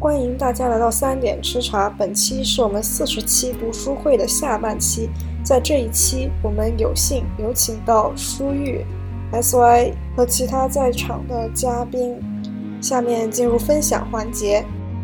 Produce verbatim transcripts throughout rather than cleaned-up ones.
欢迎大家来到三点吃茶。本期是我们四十期读书会的下半期，在这一期，我们有幸有请到舒玉、S Y 和其他在场的嘉宾。下面进入分享环节。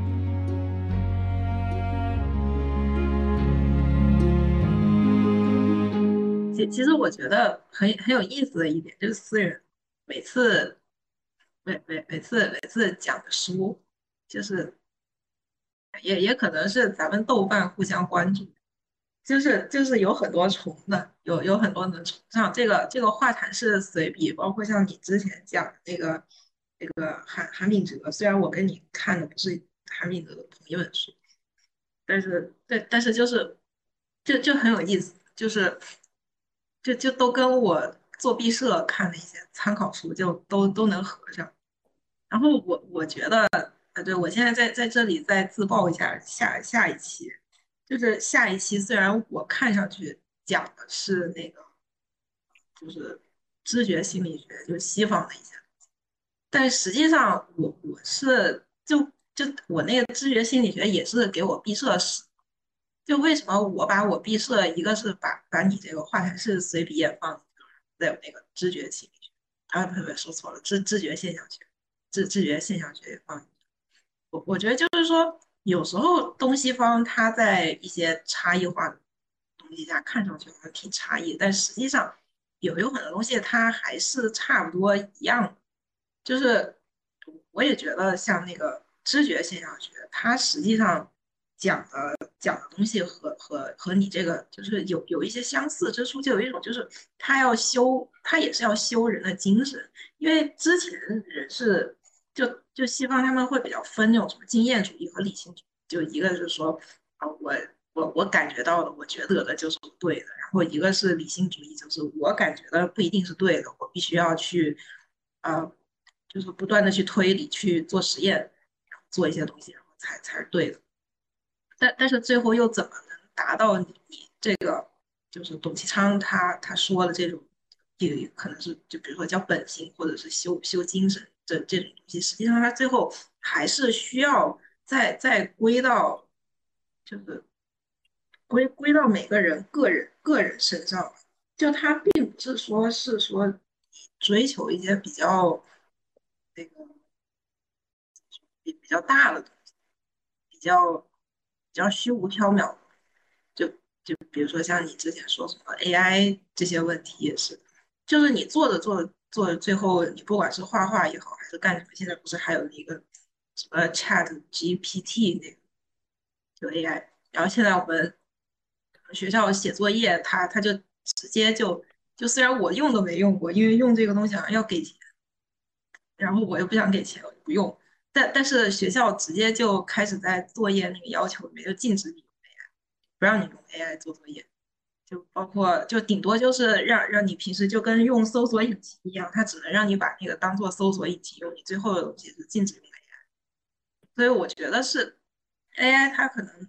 其其实我觉得很很有意思的一点就是私人每次每每每次每次讲的书，就是也也可能是咱们豆瓣互相关注，就是就是有很多重的，有有很多能重上。这个这个画谈式随笔，包括像你之前讲的那个那个韩韩炳哲，虽然我跟你看的不是韩炳哲的同一本书，但是对，但是就是就就很有意思，就是就就都跟我做毕设看的一些参考书就都都能合上。然后我我觉得，啊，对，我现在在在这里再自曝一下下下一期，就是下一期虽然我看上去讲的是那个就是知觉心理学，就是西方的一些，但实际上我我是就就我那个知觉心理学也是给我毕设使。就为什么我把我毕设，一个是把把你这个画谈式随笔也放在有那个知觉心理学，啊，不对，说错了，知知觉现象学，知知觉现象学也放。我我觉得就是说，有时候东西方它在一些差异化的东西下看上去好像挺差异，但实际上有有很多东西它还是差不多一样的。就是我也觉得像那个知觉现象学，它实际上讲的讲的东西和和和你这个就是有有一些相似之处，就有一种就是他要修，他也是要修人的精神，因为之前人是就就西方他们会比较分那种什么经验主义和理性主义，就一个是说啊、呃、我我我感觉到的，我觉得的就是对的，然后一个是理性主义，就是我感觉的不一定是对的，我必须要去啊、呃就是不断的去推理去做实验，做一些东西，然后才才是对的。但但是最后又怎么能达到你这个就是董其昌他他说的这种，也可能是就比如说叫本性或者是修修精神这这种东西，实际上他最后还是需要再再归到就是归归到每个人个人个人身上，就他并不是说是说追求一些比较那个比比较大的东西，比较比较虚无缥缈的，就就比如说像你之前说什么 A I 这些问题也是，就是你做着做着做着，最后你不管是画画也好，还是干什么，现在不是还有一个什么 Chat G P T 那个就 A I，然后现在我们学校写作业，它它就直接就就虽然我用都没用过，因为用这个东西好像要给钱，然后我又不想给钱，我就不用。但但是学校直接就开始在作业那个要求里面就禁止你用 A I，不让你用 A I 做作业。就包括就顶多就是让让你平时就跟用搜索引擎一样，它只能让你把那个当做搜索引擎用，你最后的东西是禁止用 A I。所以我觉得是 A I 它可能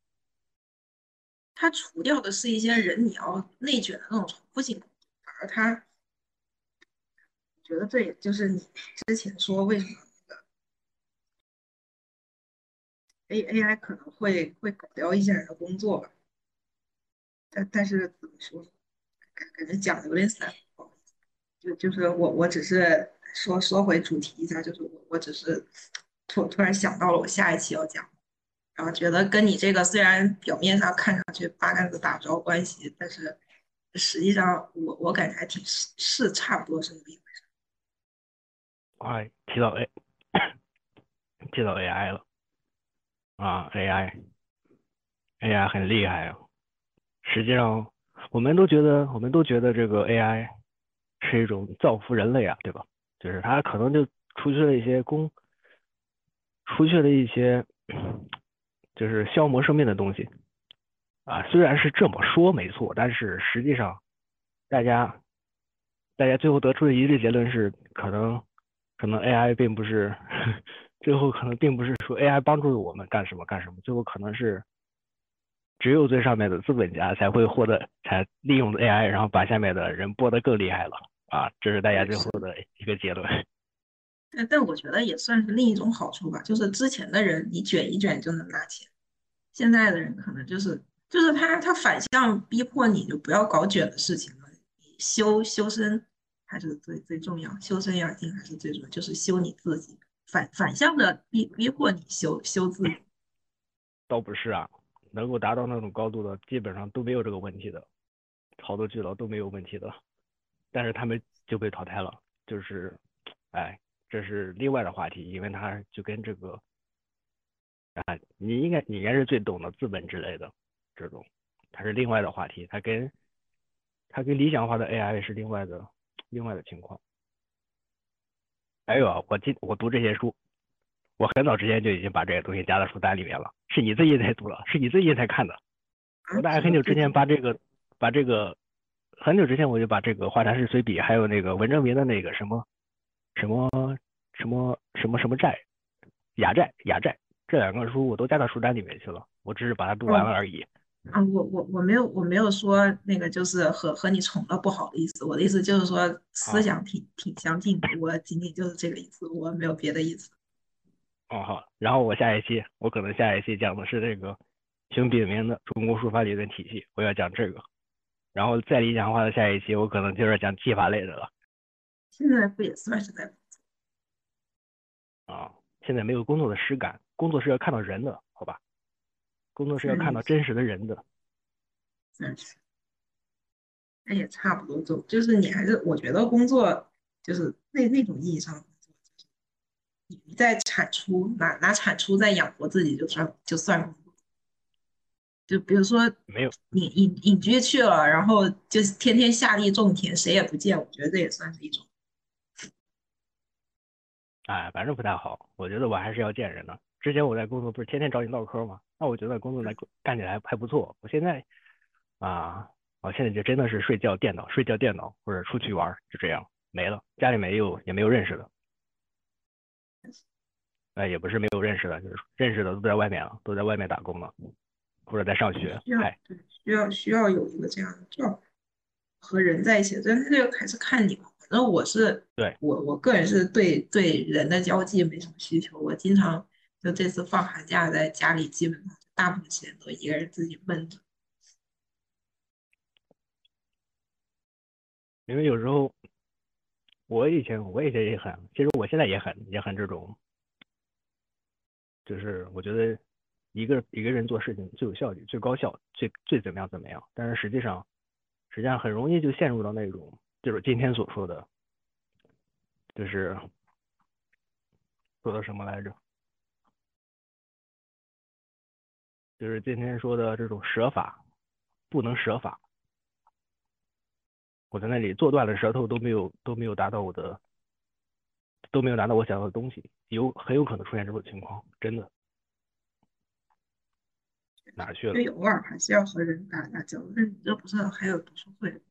它除掉的是一些人你要内卷的那种重复性工作，而它我觉得这也就是你之前说为什么 A A I 可能会会搞掉一些人的工作吧。但但是怎么说，感感觉讲的有点散。就就是我我只是说说回主题一下，就是我我只是突突然想到了我下一期要讲，然后觉得跟你这个虽然表面上看上去八竿子打不着关系，但是实际上我我感觉还挺是是差不多是那么一回事。 哎，提到 A 提到 A I 了啊，AI AI 很厉害啊。实际上，我们都觉得我们都觉得这个 A I 是一种造福人类啊，对吧？就是它可能就除去了一些工，除去了一些就是消磨生命的东西啊。虽然是这么说没错，但是实际上大家大家最后得出的一致结论是，可能可能 A I 并不是最后可能并不是说 A I 帮助了我们干什么干什么，最后可能是只有最上面的资本家才会获得，才利用 A I，然后把下面的人剥得更厉害了啊！这是大家对，是最后的一个结论。 但但我觉得也算是另一种好处吧，就是之前的人你卷一卷就能拿钱，现在的人可能就是就是他他反向逼迫你就不要搞卷的事情了，你修修身还是最最重要，修身养性还是最重要，就是修你自己，反反向的逼逼迫你修修自己。 倒不是啊，能够达到那种高度的，基本上都没有这个问题的，好多巨佬都没有问题的，但是他们就被淘汰了，就是，哎，这是另外的话题，因为他就跟这个啊，你应该你应该是最懂的资本之类的这种，它是另外的话题，它跟它跟理想化的 A I 是另外的另外的情况。还有啊，我记我读这些书，我很早之前就已经把这些东西加到书单里面了，是你最近才读了，是你最近才看的。我大概很久之前把这个把这个很久之前我就把这个华禅式随笔，还有那个文征明的那个什么什么什么什么什么债雅债雅债这两个书我都加到书单里面去了，我只是把它读完了而已。 啊，我我我没有我没有说那个就是和和你重了不好的意思，我的意思就是说思啊， 想挺挺相近的，我仅仅就是这个意思，我没有别的意思。 哦好，然后我下一期我可能下一期讲的是这个熊秉明的中国书法理论体系，我要讲这个，然后再理想化的下一期我可能就是讲技法类的了。 现在不也算是在啊，现在没有工作的实感，工作是要看到人的，好吧？工作是要看到算真实的人的。 算是，那也差不多就就是你还是我觉得工作就是那那种意义上的工作，就是你你在产出拿拿产出在养活自己就算就算工作，就比如说没有， 你隐隐居去了，然后就是天天下地种田，谁也不见，我觉得这也算是一种。 哎，反正不太好。我觉得我还是要见人的。之前我在工作不是天天找你唠嗑吗？那我觉得工作来干起来还不错。我现在啊，我现在就真的是睡觉电脑，睡觉电脑或者出去玩，就这样没了。家里没有也没有认识的，哎，也不是没有认识的，就是认识的都在外面了，都在外面打工了，或者在上学。 需要嗨， 对需要需要有一个这样的状态和人在一起，但是这个还是看你吧。反正我是对， 我我个人是对对人的交际没什么需求，我经常就这次放寒假在家里，基本上大部分时间都一个人自己闷着。 因为有时候我以前我以前也很，其实我现在也很也很这种，就是我觉得一个一个人做事情最有效率、最高效、最最怎么样怎么样，但是实际上实际上很容易就陷入到那种就是今天所说的，就是说的什么来着？就是今天说的这种舍法，不能舍法。我在那里做断了舌头都没有都没有达到我的都没有拿到我想要的东西，有很有可能出现这种情况，真的哪去了？ 所以偶尔还是要和人打打交道。那你这不是还有读书会？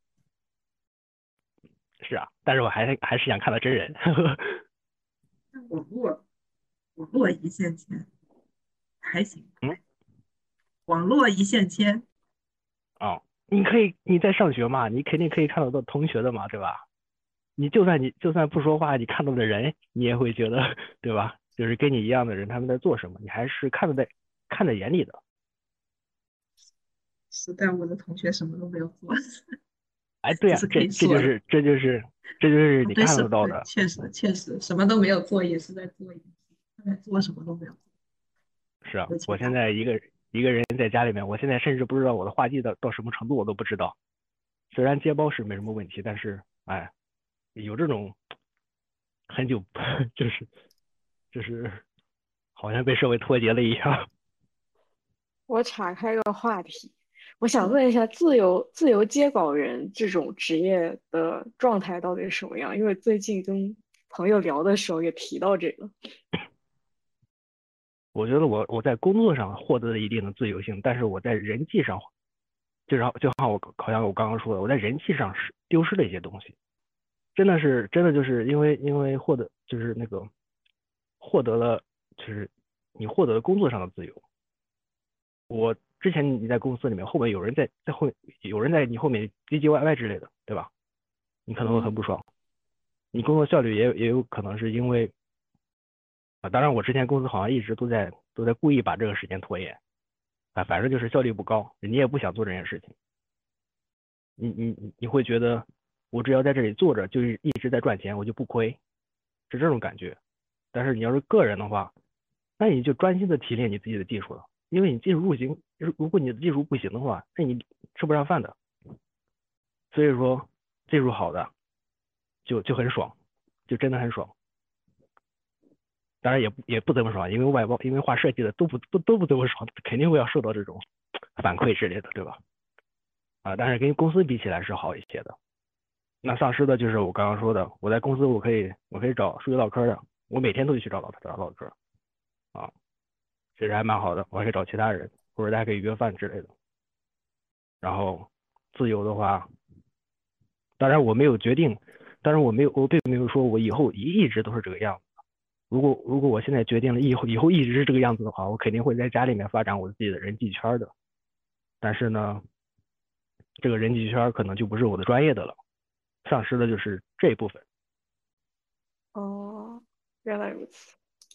是啊，但是我还还是想看到真人。 那网络网络一线牵还行， 嗯， 网络一线牵。 哦，你可以你在上学嘛，你肯定可以看得到同学的嘛，对吧？你就算你就算不说话，你看到的人，你也会觉得，对吧？就是跟你一样的人，他们在做什么，你还是看得在看在眼里的。 是，但我的同学什么都没有做， 哎，对啊， 这是可这以说的。 这就是这就是这就是啊， 你对，是，对， 看得到的。 确实确实什么都没有做，也是在做一件事，他在做什么都没有做， 是啊，我现有请打。 在一个一个人在家里面，我现在甚至不知道我的画技到到什么程度，我都不知道。虽然接包是没什么问题，但是哎，有这种很久就是就是好像被社会脱节了一样。 我岔开个话题，我想问一下，自由自由接稿人这种职业的状态到底是什么样？因为最近跟朋友聊的时候也提到这个。 我觉得我我在工作上获得了一定的自由性，但是我在人际上，就像就像我好像我刚刚说的，我在人际上是丢失了一些东西。真的是真的就是因为因为获得就是那个获得了就是你获得了工作上的自由。我之前你在公司里面后面有人在在后有人在你后面唧唧歪歪之类的，对吧？你可能会很嗯， 不爽。你工作效率也也有可能是因为啊。当然，我之前公司好像一直都在都在故意把这个时间拖延啊，反正就是效率不高，你也不想做这件事情，你你你会觉得我只要在这里坐着，就是一直在赚钱，我就不亏，是这种感觉。但是你要是个人的话，那你就专心的提炼你自己的技术了，因为你技术不行，如果你的技术不行的话，那你吃不上饭的。所以说，技术好的就就很爽，就真的很爽。当然也不也不怎么爽，因为外包，因为画设计的都不都都不怎么爽，肯定会要受到这种反馈之类的，对吧？啊，但是跟公司比起来是好一些的。那丧失的就是我刚刚说的，我在公司我可以我可以找数据唠嗑的，我每天都去找老找唠嗑啊，其实还蛮好的，我还可以找其他人，或者大家可以约饭之类的。然后自由的话，当然我没有决定，但是我没有我并没有说我以后一一直都是这个样子。如果如果我现在决定了以后以后一直是这个样子的话，我肯定会在家里面发展我自己的人际圈的。但是呢，这个人际圈可能就不是我的专业的了，丧失的就是这一部分。 哦，原来如此。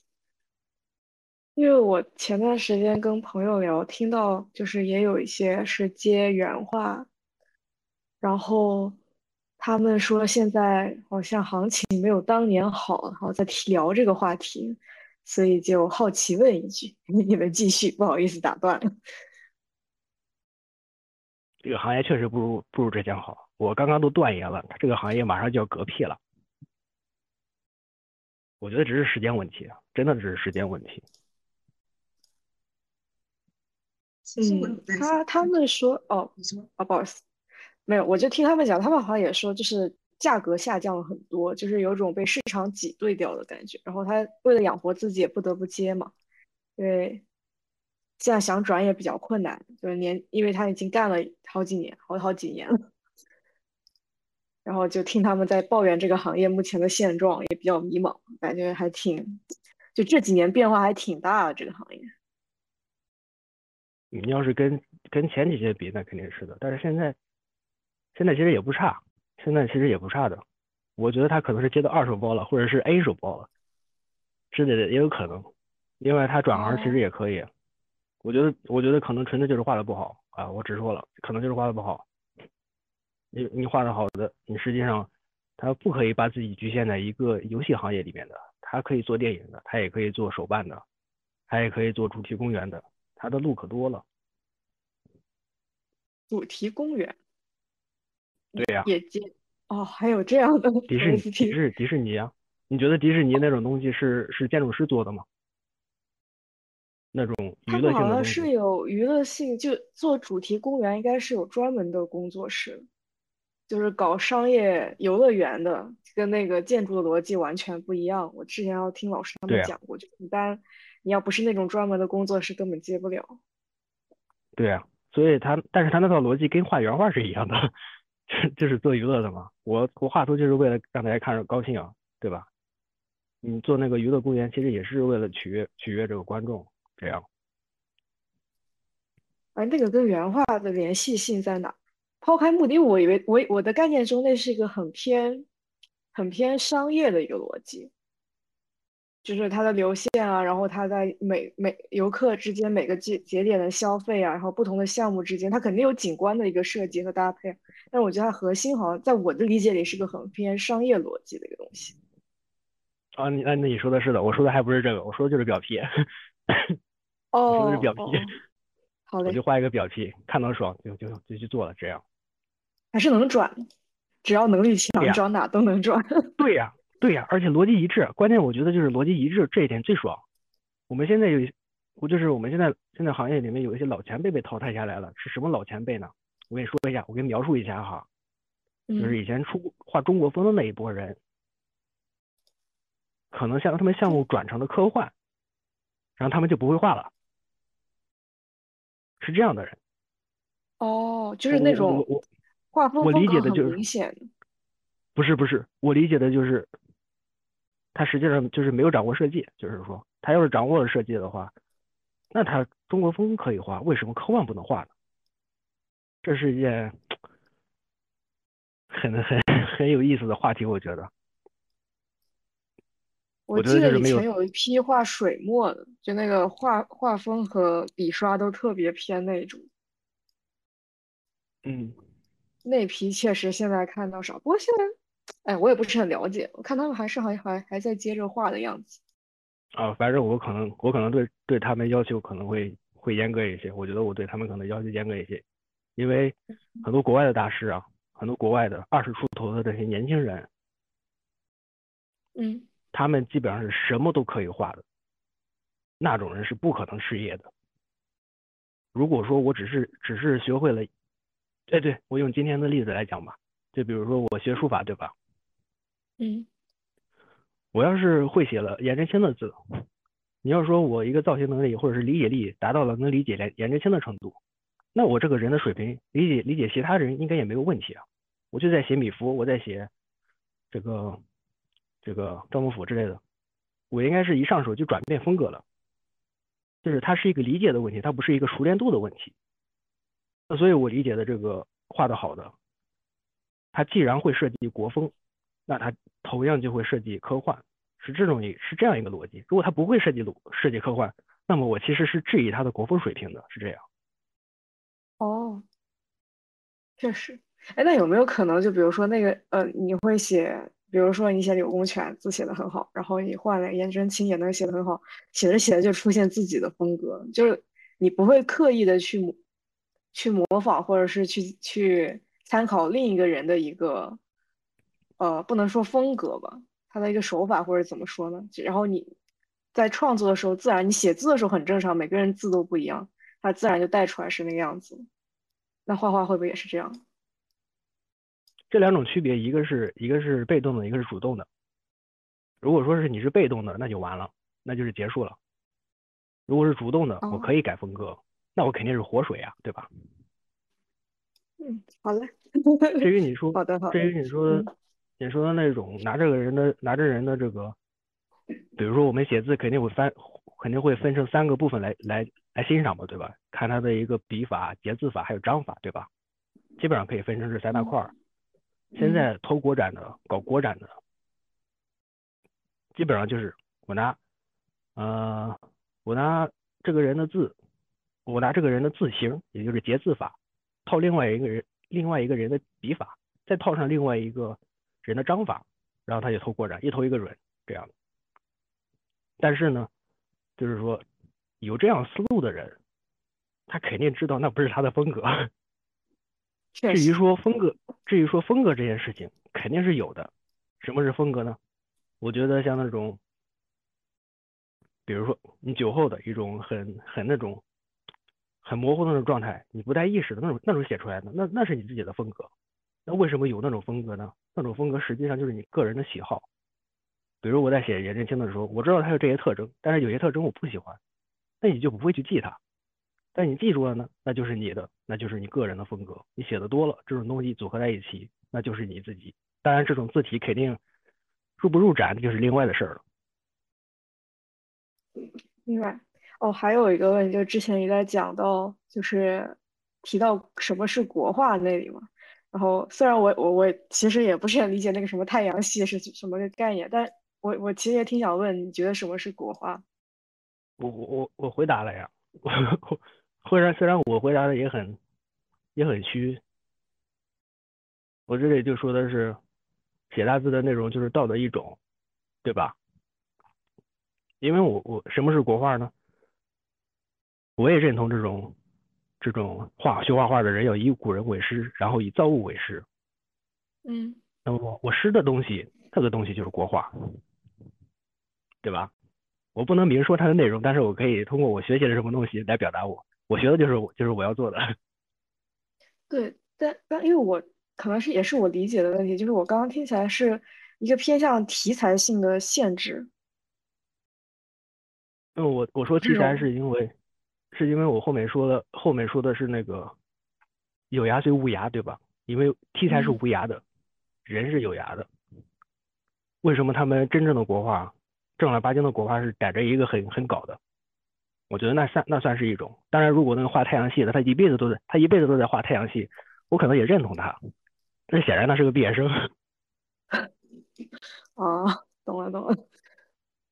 因为我前段时间跟朋友聊，听到就是也有一些是接原画，然后他们说现在好像行情没有当年好，然后在提聊这个话题，所以就好奇问一句，你们继续，不好意思打断了。 这个行业确实不如不如之前好，我刚刚都断言了，这个行业马上就要嗝屁了。我觉得只是时间问题，真的只是时间问题。 其实我有嗯， 在想， 他他们说哦， 你说啊，不好意思，没有，我就听他们讲，他们好像也说，就是价格下降了很多，就是有种被市场挤兑掉的感觉。然后他为了养活自己，也不得不接嘛，因为现在想转也比较困难，就是年，因为他已经干了好几年，好好几年了。然后就听他们在抱怨这个行业目前的现状，也比较迷茫，感觉还挺，就这几年变化还挺大的这个行业。 你要是跟跟前几届比，那肯定是的。但是现在现在其实也不差，现在其实也不差的。我觉得他可能是接到二手包了，或者是 A 手包了之类的，也有可能。因为他转行其实哦， 也可以。我觉得我觉得可能纯粹就是画的不好啊，我直说了，可能就是画的不好。你你画的好的，你实际上他不可以把自己局限在一个游戏行业里面的，他可以做电影的，他也可以做手办的，他也可以做主题公园的，他的路可多了。 主题公园对呀、 也接，哦，还有这样的迪士尼迪 O S T。 士迪士尼啊，你觉得迪士尼那种东西是是建筑师做的吗？那种娱乐他们好性的东西像是有娱乐性，就做主题公园应该是有专门的工作室，就是搞商业游乐园的，跟那个建筑的逻辑完全不一样。我之前要听老师他对呀、 们讲过，就一般你要不是那种专门的工作室，根本接不了。 对呀、所以他但是他那套逻辑跟画原画是一样的，就是做娱乐的嘛。我我画图就是为了让大家看着高兴啊，对吧？你做那个娱乐公园其实也是为了取悦取悦这个观众，这样。 而那个跟原画的联系性在哪？抛开目的，我以为我我的概念中那是一个很偏很偏商业的一个逻辑。就是它的流线啊，然后它在每每游客之间每个节节点的消费啊，然后不同的项目之间，它肯定有景观的一个设计和搭配。但我觉得它核心好像在我的理解里是个很偏商业逻辑的一个东西。 啊，你那那你说的是的，我说的还不是这个，我说的就是表皮，我说的是表皮， 哦哦哦，好嘞， 我就画一个表皮，看到爽就就就去做了，这样。 还是能转的，只要能力强， 对呀， 找哪都能转。 对呀，对呀，而且逻辑一致，关键我觉得就是逻辑一致这一点最爽。我们现在有一，我就是我们现在现在行业里面有一些老前辈被淘汰下来了，是什么老前辈呢？我跟你说一下，我给你描述一下哈，就是嗯， 以前出画中国风的那一波人，可能像他们项目转成了科幻，然后他们就不会画了，是这样的人。 哦，就我是那种我我我画风我理风格很解的就是， 明显。 不是不是，我理解的就是他实际上就是没有掌握设计，就是说他要是掌握了设计的话，那他中国风可以画，为什么科幻不能画呢？这是一件很很很有意思的话题，我觉得。 我我觉记得以得就是没有， 前有一批画水墨的，就那个画画风和笔刷都特别偏那种， 嗯那批确实现在看到少。不过现在，哎，我也不是很了解，我看他们还是还还还在接着画的样子。 啊，反正我可能我可能对对他们要求可能会会严格一些，我觉得我对他们可能要求严格一些，因为很多国外的大师啊，很多国外的二十出头的这些年轻人， 嗯他们基本上是什么都可以画的，那种人是不可能失业的。如果说我只是只是学会了，哎，对，我用今天的例子来讲吧，就比如说我学书法，对吧？ 嗯我要是会写了颜真卿的字，你要说我一个造型能力或者是理解力达到了能理解颜颜真卿的程度，那我这个人的水平理解理解其他人应该也没有问题啊。我就在写米芾，我在写这个这个赵孟俯之类的，我应该是一上手就转变风格了，就是它是一个理解的问题，它不是一个熟练度的问题。那所以我理解的这个画的好的，他既然会设计国风，那他同样就会设计科幻，是这种一是这样一个逻辑。如果他不会设计设计科幻，那么我其实是质疑他的国风水平的，是这样。 哦，确实。哎，那有没有可能，就比如说那个呃，你会写，比如说你写柳公权字写的很好，然后你换了颜真卿也能写的很好，写着写着就出现自己的风格，就是你不会刻意的去模去模仿，或者是去去参考另一个人的一个呃，不能说风格吧，他的一个手法或者怎么说呢？然后你在创作的时候，自然你写字的时候很正常，每个人字都不一样，他自然就带出来是那个样子。那画画会不会也是这样？ 这两种区别，一个是一个是被动的，一个是主动的。如果说是你是被动的，那就完了，那就是结束了。如果是主动的，我哦， 可以改风格，那我肯定是活水啊，对吧？ 嗯，好嘞， 至于你说， 好的，好的， 至于你说嗯你说的那种拿这个人的拿这人的这个，比如说我们写字肯定会分肯定会分成三个部分来来来欣赏嘛，对吧？看他的一个笔法、结字法还有章法，对吧？基本上可以分成这三大块儿。现嗯在投国展的、搞国展的，基本上就是我拿呃我拿这个人的字，我拿这个人的字形，也就是结字法，套另外一个人另外一个人的笔法，再套上另外一个人的章法，然后他就投国展，一投一个准这样的。但是呢，就是说有这样思路的人，他肯定知道那不是他的风格。至于确实， 说风格，至于说风格这件事情，肯定是有的。什么是风格呢？我觉得像那种，比如说你酒后的一种很很那种很模糊的那种状态，你不带意识的那种那种写出来的，那那是你自己的风格。那为什么有那种风格呢？那种风格实际上就是你个人的喜好。比如我在写颜真卿的时候，我知道他有这些特征，但是有些特征我不喜欢，那你就不会去记它。但你记住了呢，那就是你的，那就是你个人的风格。你写的多了，这种东西组合在一起，那就是你自己。当然，这种字体肯定入不入展就是另外的事儿了。 明白。哦，还有一个问题，就之前也在讲到，就是提到什么是国画那里嘛。然后虽然我我我其实也不是很理解那个什么太阳系是什么个概念，但我我其实也挺想问，你觉得什么是国画？ 我我我我回答了呀，我虽然虽然我回答的也很也很虚，我这里就说的是写大字的内容就是道的一种，对吧？因为我我什么是国画呢？我也认同这种这种画学画画的人要以古人为师，然后以造物为师。 嗯。 那么我师的东西，这个东西就是国画，对吧？我不能明说它的内容，但是我可以通过我学习的什么东西来表达我，我学的就是我就是我要做的。 对，但但因为我可能是也是我理解的问题，就是我刚刚听起来是一个偏向题材性的限制， 嗯，我我说题材这种是因为是因为我后面说的后面说的是那个有牙虽无牙，对吧？因为题材是嗯无牙的，人是有牙的。为什么他们真正的国画，正儿八经的国画是逮着一个很很搞的？我觉得那算那算是一种。当然，如果那个画太阳系的，他一辈子都在他一辈子都在画太阳系，我可能也认同他。但是显然那是个毕业生。 啊，懂了懂了，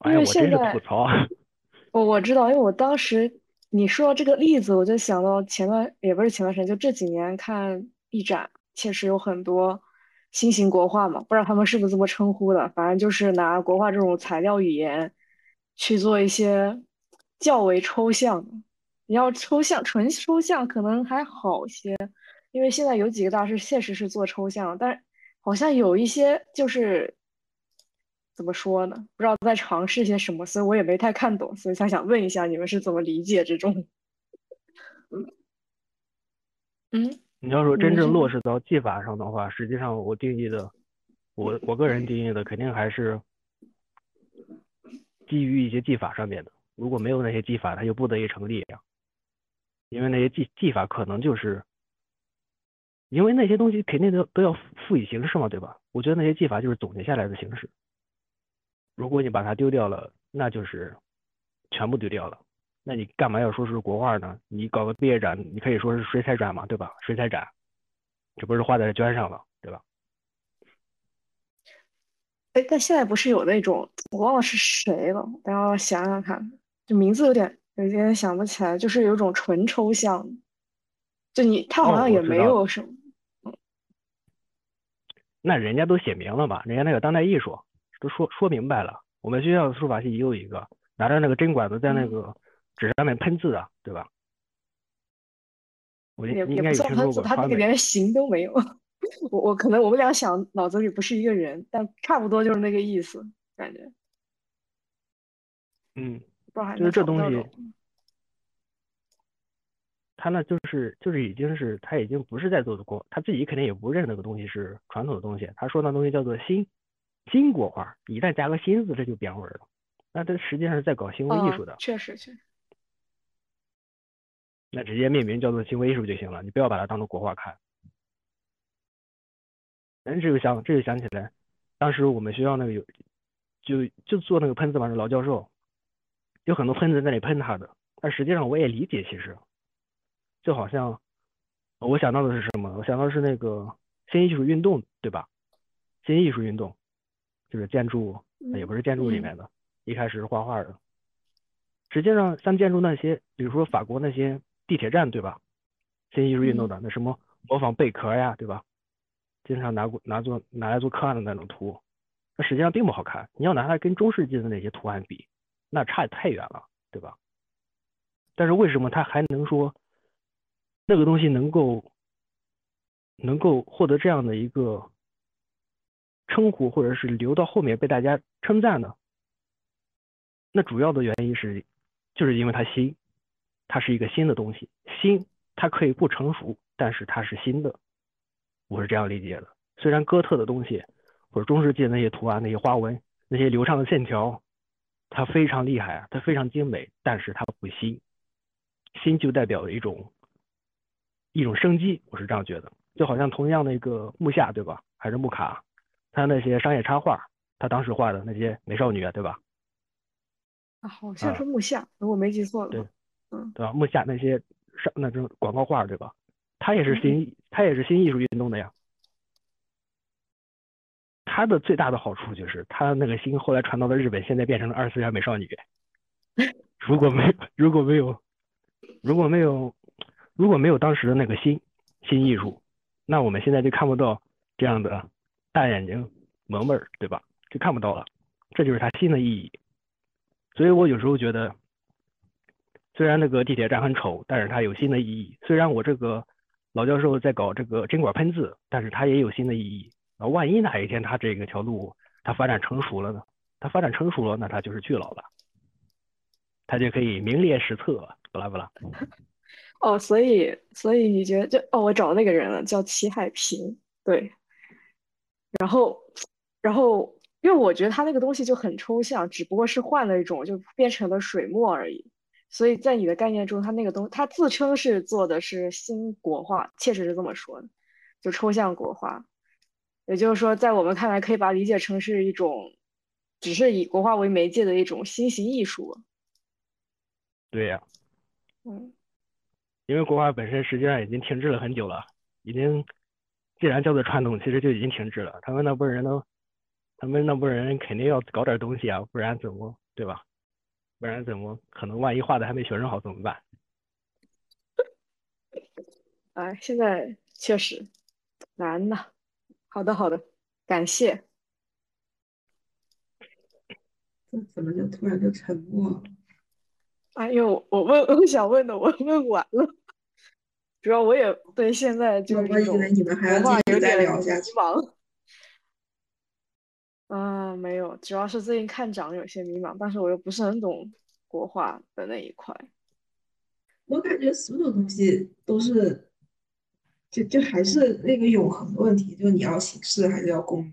哎， 因为我真是吐现在槽。 我我知道，因为我当时你说到这个例子，我就想到前段也不是前段时间，就这几年看 B 站，确实有很多新型国画嘛，不知道他们是不是这么称呼的，反正就是拿国画这种材料语言去做一些较为抽象的。你要抽象，纯抽象可能还好些，因为现在有几个大师确实是做抽象，但是好像有一些就是怎么说呢？不知道在尝试些什么，所以我也没太看懂，所以才想问一下你们是怎么理解这种。嗯， 你要说真你是正落实到技法上的话，实际上我定义的，我我个人定义的肯定还是基于一些技法上面的。如果没有那些技法，它就不得以成立呀。因为那些技技法可能就是，因为那些东西肯定都都要赋予形式嘛，对吧？我觉得那些技法就是总结下来的形式。如果你把它丢掉了，那就是全部丢掉了。那你干嘛要说是国画呢？你搞个毕业展，你可以说是水彩展嘛，对吧？水彩展，这不是画在绢上了，对吧？ 哎，但现在不是有那种我忘了是谁了，等下我想想看，就名字有点有点想不起来，就是有一种纯抽象，就你他好哦， 像也我知道了， 没有什么。 那人家都写明了嘛，人家那个当代艺术都说说明白了。我们学校的书法系也有一个拿着那个针管子在那嗯， 个纸上面喷字啊，对吧？我应也也应该有听说不算喷子， 过川美。 他那个连形都没有。我我可能我们俩想脑子里不是一个人，但差不多就是那个意思，感觉嗯， 不知道还就是能找不到这这东西， 种。 他那就是就是已经是他已经不是在做的国，他自己肯定也不认那个东西是传统的东西，他说那东西叫做新新国画，一旦加个新字，这就变味了。那这实际上是在搞行为艺嗯， 术的， 确实确实。 那直接命名叫做行为艺术就行了，你不要把它当做国画看。嗯，这个想这就想起来，当时我们学校那个有就就做那个喷字嘛，是老教授，有很多喷子在那里喷他的，但实际上我也理解，其实就好像我想到的是什么？我想到的是那个新艺术运动，对吧？新艺术运动就是建筑，也嗯不是建筑里嗯面的，一开始是画画的。实际上，像建筑那些，比如说法国那些地铁站，对吧？新艺术运动嗯， 的那什么模仿贝壳呀，对吧？经常拿过拿做拿来做课案的那种图，那实际上并不好看。你要拿它跟中世纪的那些图案比，那差太远了，对吧？但是为什么他还能说那个东西能够能够获得这样的一个称呼，或者是留到后面被大家称赞呢？那主要的原因是，就是因为它新，它是一个新的东西，新它可以不成熟，但是它是新的，我是这样理解的。虽然哥特的东西或者中世纪的那些图案、那些花纹、那些流畅的线条，它非常厉害啊，它非常精美，但是它不新，新就代表一种一种生机，我是这样觉得。就好像同样的一个木下，对吧？还是木卡，他那些商业插画，他当时画的那些美少女啊，对吧？ 啊，好像是啊， 木下，如果没记错的对话。嗯对吧？木下那些上那种广告画，对吧？他也是嗯嗯。 新，他也是新艺术运动的呀。他的最大的好处就是他那个新后来传到了日本，现在变成了二次元美少女。如果没有如果没有如果没有如果没有当时的那个新新艺术，那我们现在就看不到这样的大眼睛萌萌，对吧？就看不到了。这就是它新的意义。所以我有时候觉得，虽然那个地铁站很丑，但是它有新的意义。虽然我这个老教授在搞这个针管喷字，但是它也有新的意义。啊，万一哪一天它这个条路它发展成熟了呢？它发展成熟了，那它就是巨老了，它就可以名列史册，不啦不啦。 哦，所以所以你觉得就哦，我找到那个人了，叫齐海平，对。然后然后因为我觉得他那个东西就很抽象，只不过是换了一种，就变成了水墨而已。所以在你的概念中，他那个东他自称是做的是新国画，确实是这么说的，就抽象国画。也就是说，在我们看来，可以把它理解成是一种，只是以国画为媒介的一种新型艺术。 对呀、 嗯。 因为国画本身实际上已经停滞了很久了，已经既然叫做传统，其实就已经停滞了。他们那波人都，他们那波人肯定要搞点东西啊，不然怎么对吧？不然怎么可能万一画的还没学生好怎么办？ 哎，现在确实难呐。好的，好的，感谢。 这怎么就突然就沉默了？ 哎呦，我问我想问的我问完了，主要我也对现在就我我以为是这种你们还要国继续再画有点聊下去。 迷茫。嗯，没有，主要是最近看涨有些迷茫，但是我又不是很懂国画的那一块。 我感觉所有东西都是，就就还是那个永恒的问题，就你要形式还是要功能。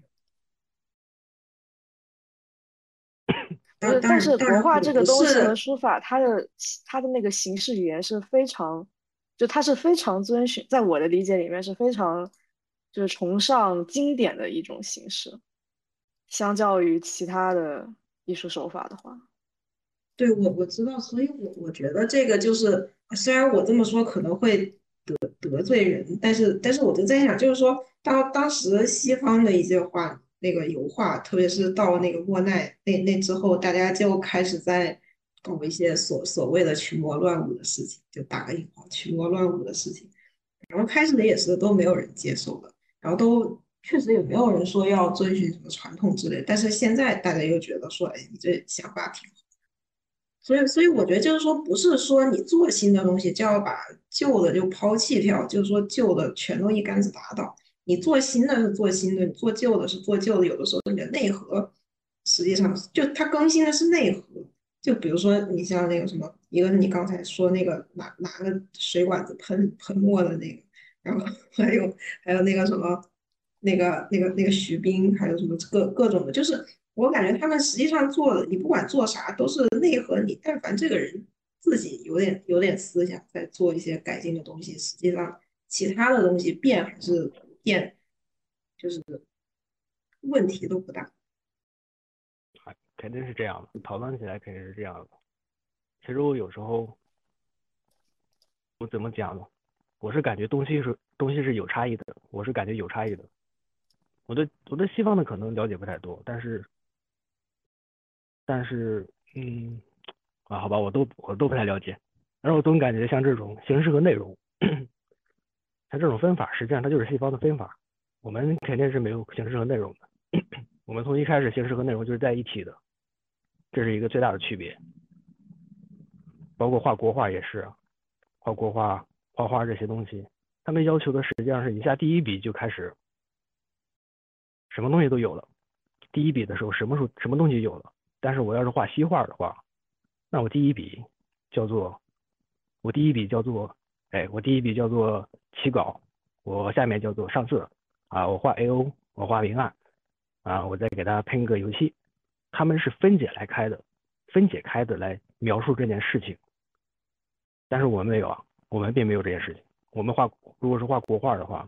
当不是，但是当然当然，我不国画这个东西和是书法，它的它的那个形式语言是非常，就它是非常遵循，在我的理解里面是非常，就是崇尚经典的一种形式，相较于其他的艺术手法的话。 对我我知道，所以我我觉得这个就是，虽然我这么说可能会得罪人，但是但是我就在想，就是说，当当时西方的一些画，那个油画，特别是到那个莫奈那那之后，大家就开始在搞一些所所谓的群魔乱舞的事情，就打个引号，群魔乱舞的事情。然后开始的也是都没有人接受的，然后都确实也没有人说要遵循什么传统之类，但是现在大家又觉得说，哎，你这想法挺好。所以，所以我觉得就是说，不是说你做新的东西就要把旧的就抛弃掉，就是说旧的全都一竿子打倒。你做新的是做新的，你做旧的是做旧的。有的时候你的内核实际上就它更新的是内核。就比如说你像那个什么，一个是你刚才说那个拿拿个水管子喷喷墨的那个，然后还有还有那个什么那个那个那个徐冰，还有什么各各种的，就是我感觉他们实际上做的，你不管做啥，都是内核你，但凡这个人自己有点有点思想，在做一些改进的东西，实际上其他的东西变还是不变，就是问题都不大。 肯定是这样的，讨论起来肯定是这样的。其实我有时候我怎么讲呢？我是感觉东西是东西是有差异的，我是感觉有差异的。我对我对西方的可能了解不太多，但是但是嗯啊，好吧，我都我都不太了解。然后我总感觉像这种形式和内容，像这种分法，实际上它就是西方的分法。我们肯定是没有形式和内容的。我们从一开始形式和内容就是在一起的，这是一个最大的区别。包括画国画也是，画国画、画画这些东西，他们要求的实际上是一下第一笔就开始，什么东西都有了。第一笔的时候，什么时候什么东西有了？但是我要是画西画的话，那我第一笔叫做，我第一笔叫做，哎，我第一笔叫做起稿，我下面叫做上色啊，我画 A O， 我画明暗啊，我再给它喷个油漆，他们是分解来开的，分解开的来描述这件事情。但是我们没有啊，我们并没有这件事情。我们画，如果是画国画的话，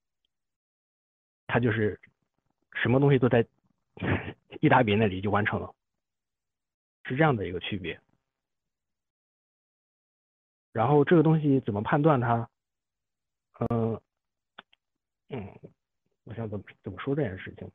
它就是什么东西都在一大笔那里就完成了，是这样的一个区别。然后这个东西怎么判断它？嗯嗯，我想怎么怎么说这件事情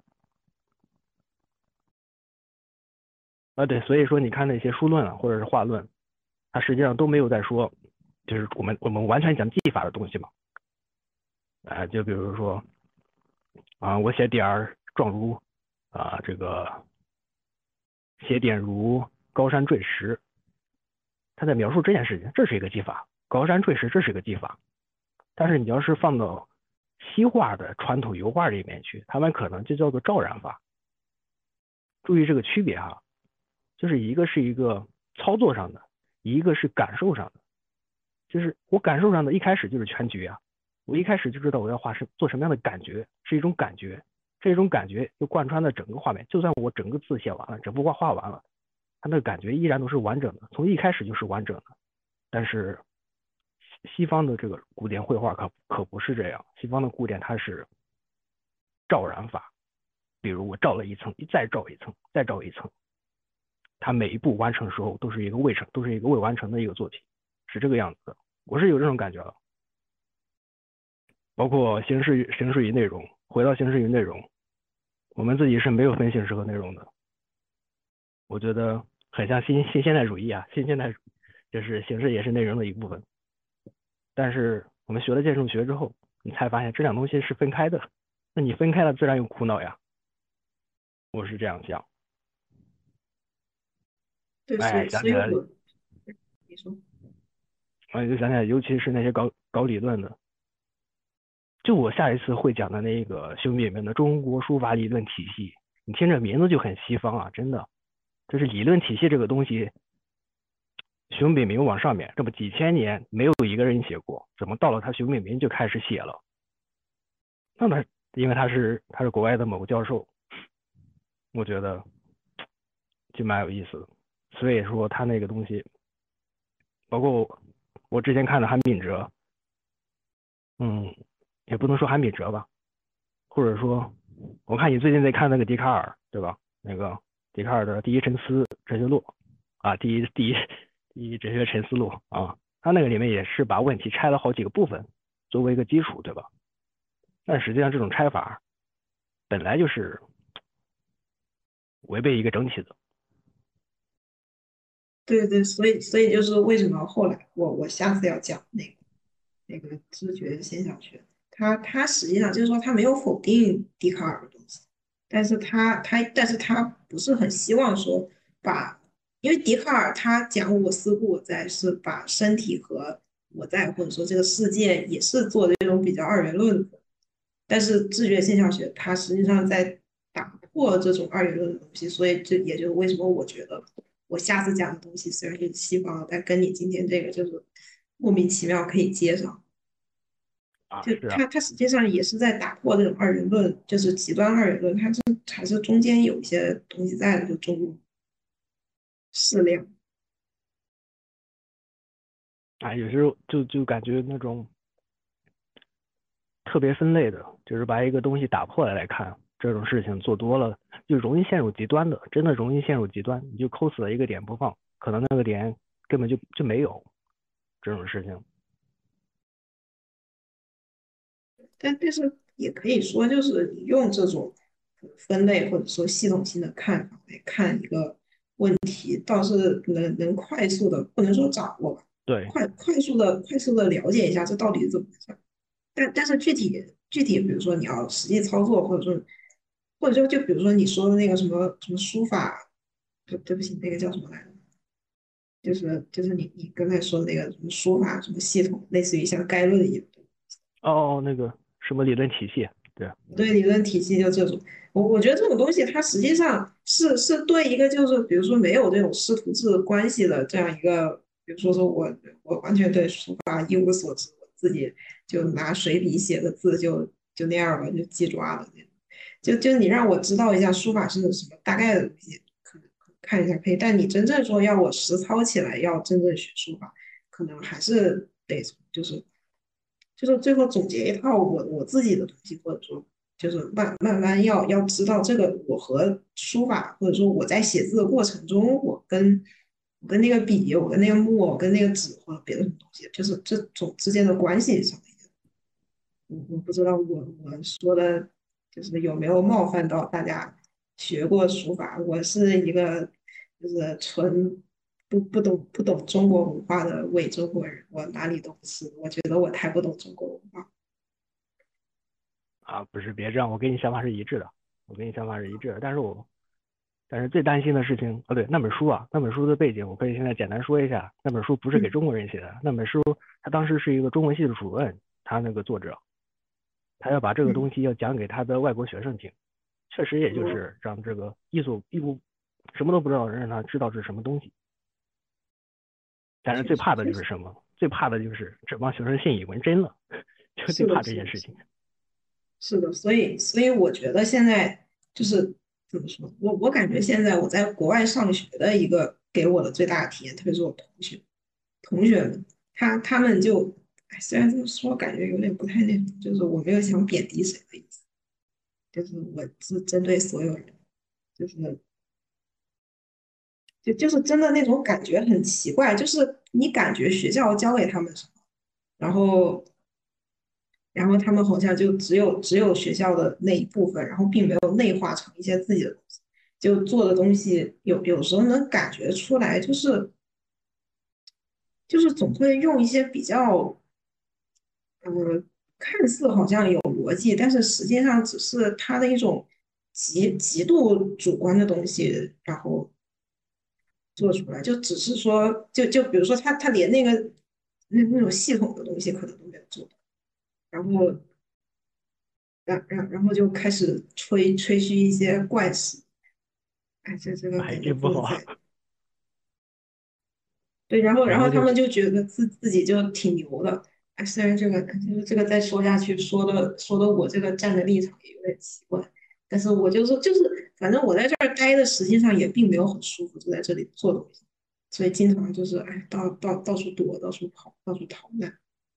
啊？对，所以说你看那些书论啊，或者是画论，它实际上都没有在说，就是我们我们完全讲技法的东西嘛。啊、呃，就比如说啊、呃，我写点儿状如啊、呃，这个写点如高山坠石，他在描述这件事情，这是一个技法。高山坠石，这是一个技法。但是你要是放到西画的传统油画里面去，他们可能就叫做照染法。注意这个区别哈，就是一个是一个操作上的，一个是感受上的。就是我感受上的，一开始就是全局啊，我一开始就知道我要画是做什么样的感觉，是一种感觉，这种感觉就贯穿了整个画面。就算我整个字写完了，整幅画画完了，它那个感觉依然都是完整的，从一开始就是完整的。但是西方的这个古典绘画可可不是这样，西方的古典它是照染法，比如我照了一层，再照一层，再照一层，它每一步完成的时候都是一个未成，都是一个未完成的一个作品，是这个样子的。我是有这种感觉的。包括形式形式与内容，回到形式与内容，我们自己是没有分形式和内容的。我觉得很像新新现代主义啊，新现代主义就是形式也是内容的一部分。但是我们学了建筑学之后，你才发现这两东西是分开的，那你分开了自然有苦恼呀，我是这样想。 对，所哎， 以想起来， 所以我你说， 我就想起来，尤其是那些搞搞理论的，就我下一次会讲的那个熊秉明的中国书法理论体系，你听这名字就很西方啊，真的，就是理论体系这个东西，熊秉明往上面这么几千年没有一个人写过，怎么到了他熊秉明就开始写了？那么因为他是他是国外的某个教授，我觉得就蛮有意思的。所以说他那个东西，包括我之前看的韩炳哲，嗯，也不能说韩炳哲吧，或者说，我看你最近在看那个笛卡尔，对吧？那个笛卡尔的《第一沉思哲学录》啊，第一第一第一哲学沉思录啊，他那个里面也是把问题拆了好几个部分作为一个基础，对吧？但实际上这种拆法本来就是违背一个整体的。 对对，所以所以就是为什么后来我我下次要讲那个那个知觉现象学，它它实际上就是说它没有否定笛卡尔的东西，但是他他但是他不是很希望说把，因为笛卡尔他讲我思故我在是把身体和我在或者说这个世界也是做这种比较二元论的，但是知觉现象学它实际上在打破这种二元论的东西，所以这也就是为什么我觉得我下次讲的东西虽然是西方的，但跟你今天这个就是莫名其妙可以接上。 啊， 就是啊， 它它实际上也是在打破这种二元论，就是极端二元论，它是还是中间有一些东西在的，就中适量。 啊，有时候就就感觉那种特别分类的，就是把一个东西打破了来看，这种事情做多了，就容易陷入极端的，真的容易陷入极端，你就抠死了一个点不放，可能那个点根本就就没有这种事情。 但但是也可以说，就是你用这种分类或者说系统性的看法来看一个问题，倒是能能快速的，不能说掌握吧， 对， 快快速的快速的了解一下这到底是怎么回事。但但是具体具体，比如说你要实际操作，或者说或者说就比如说你说的那个什么什么书法，对对不起，那个叫什么来着？就是就是你你刚才说的那个什么书法什么系统，类似于像概论一样。 哦哦，那个什么理论体系，对， 对理论体系就这种，我我觉得这种东西它实际上是是对一个就是比如说没有这种师徒制关系的这样一个，比如说说我我完全对书法一无所知，我自己就拿水笔写个字就就那样吧，就记抓了那种。就就你让我知道一下书法是什么大概的东西，可能看一下可以，但你真正说要我实操起来，要真正学书法，可能还是得就是就是最后总结一套我我自己的东西，或者说就是慢慢慢要要知道这个我和书法，或者说我在写字的过程中，我跟我跟那个笔，我跟那个墨，我跟那个纸或者别的什么东西，就是这种之间的关系上面。我我不知道我我说的，就是有没有冒犯到大家学过书法。我是一个就是纯不不懂不懂中国文化的伪中国人，我哪里都不是。我觉得我太不懂中国文化。 啊，不是，别这样，我跟你想法是一致的，我跟你想法是一致的，但是我但是最担心的事情，哦对，那本书啊，那本书的背景我可以现在简单说一下，那本书不是给嗯中国人写的，那本书他当时是一个中文系的主任，他那个作者，他要把这个嗯， 东西要讲给他的外国学生听，确实也就我是让这个艺术艺术什么都不知道的人让他知道这是什么东西，但是确最怕的实确实就是什么？最怕的就是这帮学生信以为真了，就最是的， 怕这是的， 件事情。 是的，所以所以我觉得现在就是怎么说，我我感觉现在我在国外上学的一个给我的最大的体验，特别是我同学同学们，他他们就，哎，虽然这么说感觉有点不太那种，就是我没有想贬低谁的意思，就是我是针对所有人，就是就就是真的那种感觉很奇怪，就是你感觉学校教给他们什么，然后然后他们好像就只有只有学校的那一部分，然后并没有内化成一些自己的东西。 就做的东西有有时候能感觉出来，就是就是总会用一些比较呃看似好像有逻辑，但是实际上只是他的一种极极度主观的东西，然后做出来，就只是说，就就比如说他他连那个那那种系统的东西可能都没有做到，然后然然然后就开始吹吹嘘一些怪事，哎，这这个哎， 感觉这不好。 不能再对，然后然后他然后就们就觉得自自己就挺牛的，哎，虽然这个就是这个再说下去，说的说的我这个站的立场也有点奇怪，但是我就说就是反正我在这儿待的实际上也并没有很舒服，就在这里做东西，所以经常就是哎到到到处躲，到处跑，到处逃难。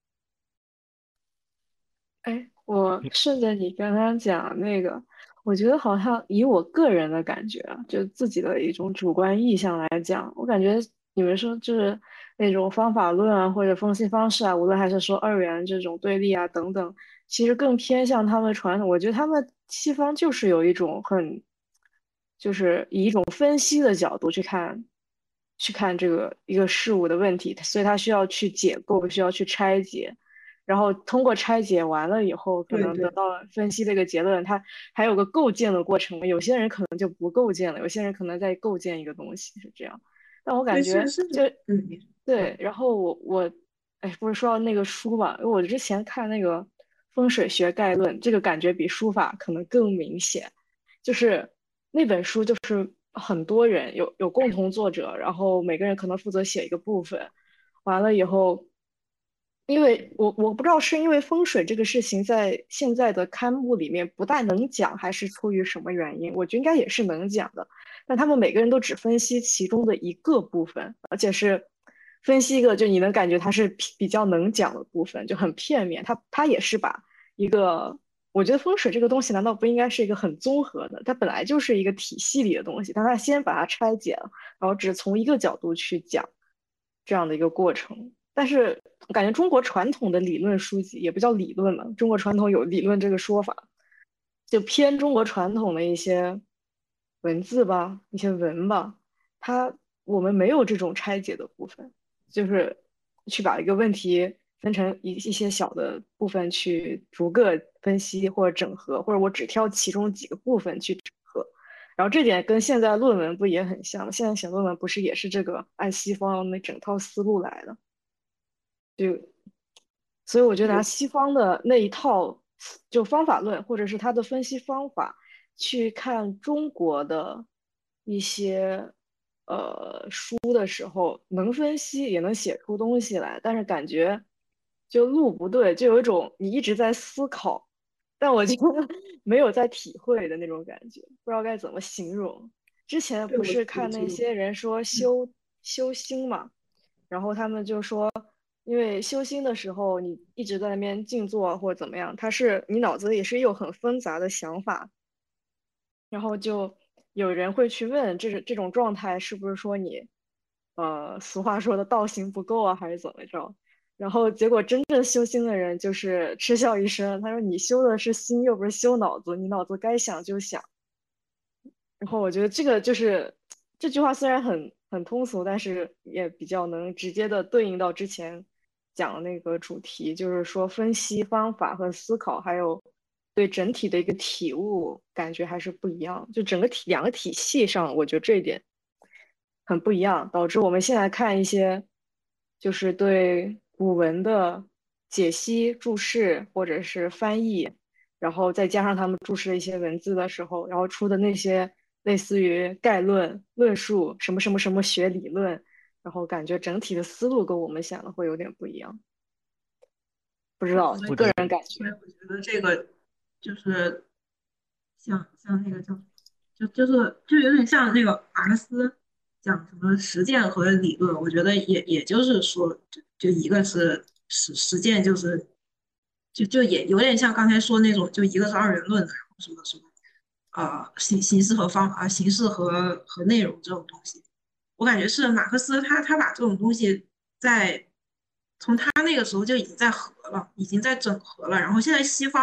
哎，我顺着你刚刚讲那个，我觉得好像以我个人的感觉啊，就自己的一种主观意向来讲，我感觉你们说就是那种方法论啊，或者分析方式啊，无论还是说二元这种对立啊等等，其实更偏向他们传统。我觉得他们西方就是有一种很，就是以一种分析的角度去看，去看这个一个事物的问题，所以他需要去解构，需要去拆解。然后通过拆解完了以后，可对对能得到分析的一个结论，它还有个构建的过程。有些人可能就不构建了，有些人可能在构建一个东西，是这样。但我对， 感觉就甚甚至嗯，你说对， 嗯然后我我，哎，不是说到那个书吧，因为我之前看那个《风水学概论》，这个感觉比书法可能更明显。就是那本书就是很多人有有共同作者，然后每个人可能负责写一个部分，完了以后。因为我我不知道是因为风水这个事情在现在的刊物里面不大能讲，还是出于什么原因，我觉得应该也是能讲的。但他们每个人都只分析其中的一个部分，而且是分析一个就你能感觉它是比比较能讲的部分，就很片面。他他也是把一个，我觉得风水这个东西难道不应该是一个很综合的？它本来就是一个体系里的东西，但他先把它拆解了，然后只从一个角度去讲这样的一个过程。但是我感觉中国传统的理论书籍也不叫理论了，中国传统有理论这个说法，就偏中国传统的一些文字吧，一些文吧，它我们没有这种拆解的部分，就是去把一个问题分成一一些小的部分去逐个分析或者整合，或者我只挑其中几个部分去整合。然后这点跟现在论文不也很像吗？现在写论文不是也是这个按西方那整套思路来的？就所以我觉得拿对西方的那一套就方法论，或者是他的分析方法，去看中国的一些呃书的时候，能分析也能写出东西来，但是感觉就路不对，就有一种你一直在思考，但我就没有在体会的那种感觉，不知道该怎么形容。之前对， 不我是看那我就些人说嗯修修心嘛，然后他们就说。因为修心的时候，你一直在那边静坐或者怎么样，它是你脑子里是有很纷杂的想法，然后就有人会去问，这是这种状态是不是说你，呃，俗话说的道行不够啊，还是怎么着？然后结果真正修心的人就是嗤笑一声，他说你修的是心，又不是修脑子，你脑子该想就想。然后我觉得这个就是这句话虽然很很通俗，但是也比较能直接的对应到之前讲的那个主题，就是说分析方法和思考，还有对整体的一个体悟，感觉还是不一样。就整个体两个体系上，我觉得这一点很不一样，导致我们现在看一些就是对古文的解析、注释或者是翻译。然后再加上他们注释的一些文字的时候，然后出的那些类似于概论、论述什么什么什么学理论，然后感觉整体的思路跟我们想的会有点不一样，不知对， 道， 所以个我觉得人感觉。 所以我觉得这个就是像像那个叫就就是就有点像那个马克思讲什么实践和理论，我觉得也也就是说，就就一个是实实践，就是就就也有点像刚才说那种，就一个是二元论的，然后什么什么呃形形式和方啊形式和和内容这种东西，我感觉是马克思他他把这种东西在从他那个时候就已经在合了，已经在整合了，然后现在西方就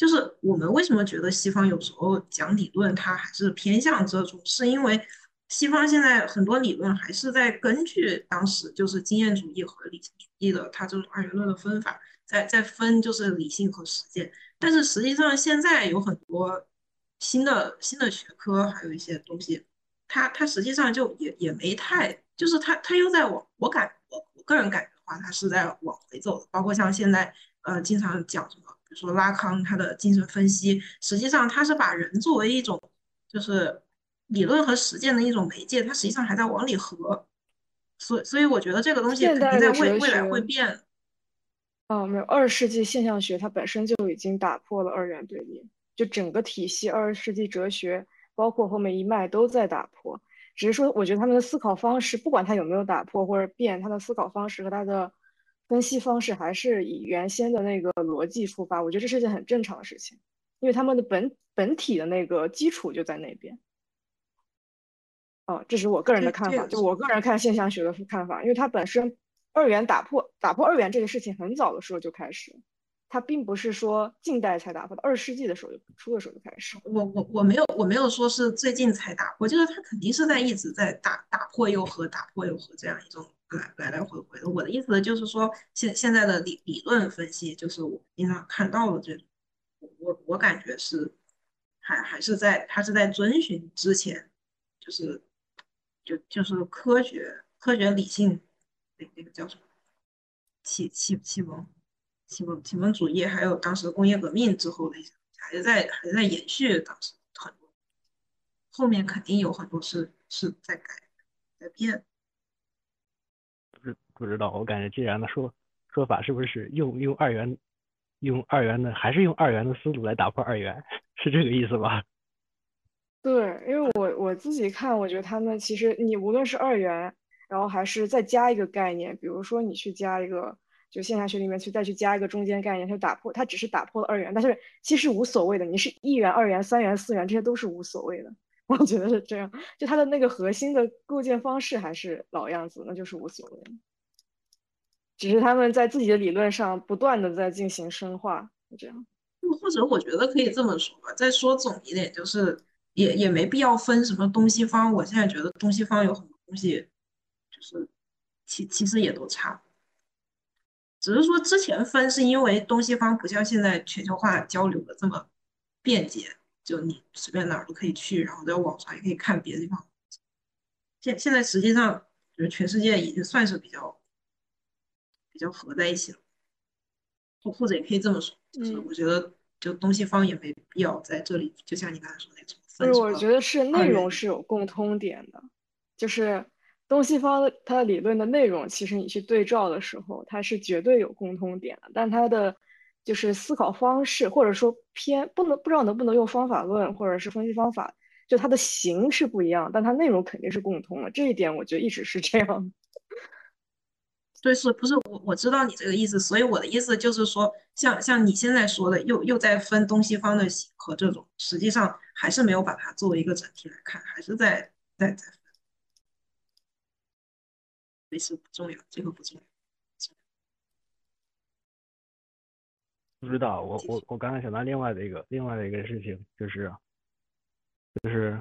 就是我们为什么觉得西方有时候讲理论，它还是偏向这种，是因为西方现在很多理论还是在根据当时就是经验主义和理性主义的它这种二元论的分法，在在分就是理性和实践。但是实际上现在有很多新的新的学科，还有一些东西，它它实际上就也也没太，就是它它又在往我感我我个人感觉的话，它是在往回走的。包括像现在呃经常讲什么，比如说拉康他的精神分析，实际上他是把人作为一种就是理论和实践的一种媒介，它实际上还在往里合。所以所以我觉得这个东西肯定现代的在未未来会哲学， 变。 哦，没有，二十世纪现象学它本身就已经打破了二元对立，就整个体系，二十世纪哲学包括后面一脉都在打破。只是说，我觉得他们的思考方式，不管他有没有打破或者变，他的思考方式和他的分析方式还是以原先的那个逻辑出发。我觉得这是件很正常的事情，因为他们的本本体的那个基础就在那边。哦，这是我个人的这看法， 这个是就我个人看现象学的看法，因为它本身二元打破打破二元这个事情很早的时候就开始，它并不是说近代才打破的，二十世纪的时候就初的时候就开始。 我我我没有我没有说是最近才打破，就是他肯定是在一直在打打破又和打破又和这样一种来来来回回的。我的意思就是说，现现在的理理论分析，就是我经常看到的这种，我我感觉是还还是在他是在遵循之前，就是就就是科学科学理性那那个叫什么启启启蒙启蒙启蒙主义，还有当时工业革命之后的一些，还是在还是在延续当时很多，后面肯定有很多是是在改在变。 不知不知道，我感觉既然的说说法是不是用用二元用二元的还是用二元的思路来打破二元，是这个意思吧？ 对，因为我我自己看，我觉得他们其实你无论是二元，然后还是再加一个概念，比如说你去加一个，就线下学里面去再去加一个中间概念，它就打破，它只是打破了二元，但是其实无所谓的，你是一元、二元、三元、四元，这些都是无所谓的。我觉得是这样，就它的那个核心的构建方式还是老样子，那就是无所谓的，只是他们在自己的理论上不断的在进行深化，这样。 或者我觉得可以这么说吧，再说总一点，就是也也没必要分什么东西方。我现在觉得东西方有很多东西，就是其其实也都差不多，只是说之前分是因为东西方不像现在全球化交流的这么便捷，就你随便哪儿都可以去，然后在网上也可以看别的地方。现现在实际上就是全世界已经算是比较比较合在一起了，或或者也可以这么说，就是嗯。 我觉得就东西方也没必要在这里，就像你刚才说那种不是， 分什么我觉得是内容二元。 是有共通点的，就是东西方的它的理论的内容，其实你去对照的时候，它是绝对有共通点的，但它的就是思考方式，或者说偏不能不知道能不能用方法论或者是分析方法，就它的形是不一样，但它内容肯定是共通的，这一点我觉得一直是这样。 对，是不是我我知道你这个意思，所以我的意思就是说，像像你现在说的，又又在分东西方的形和这种，实际上还是没有把它作为一个整体来看，还是在在在分，没事不重要，这个不重要。 不知道，我继续。 我我刚才想到另外的一个另外的一个事情，就是就是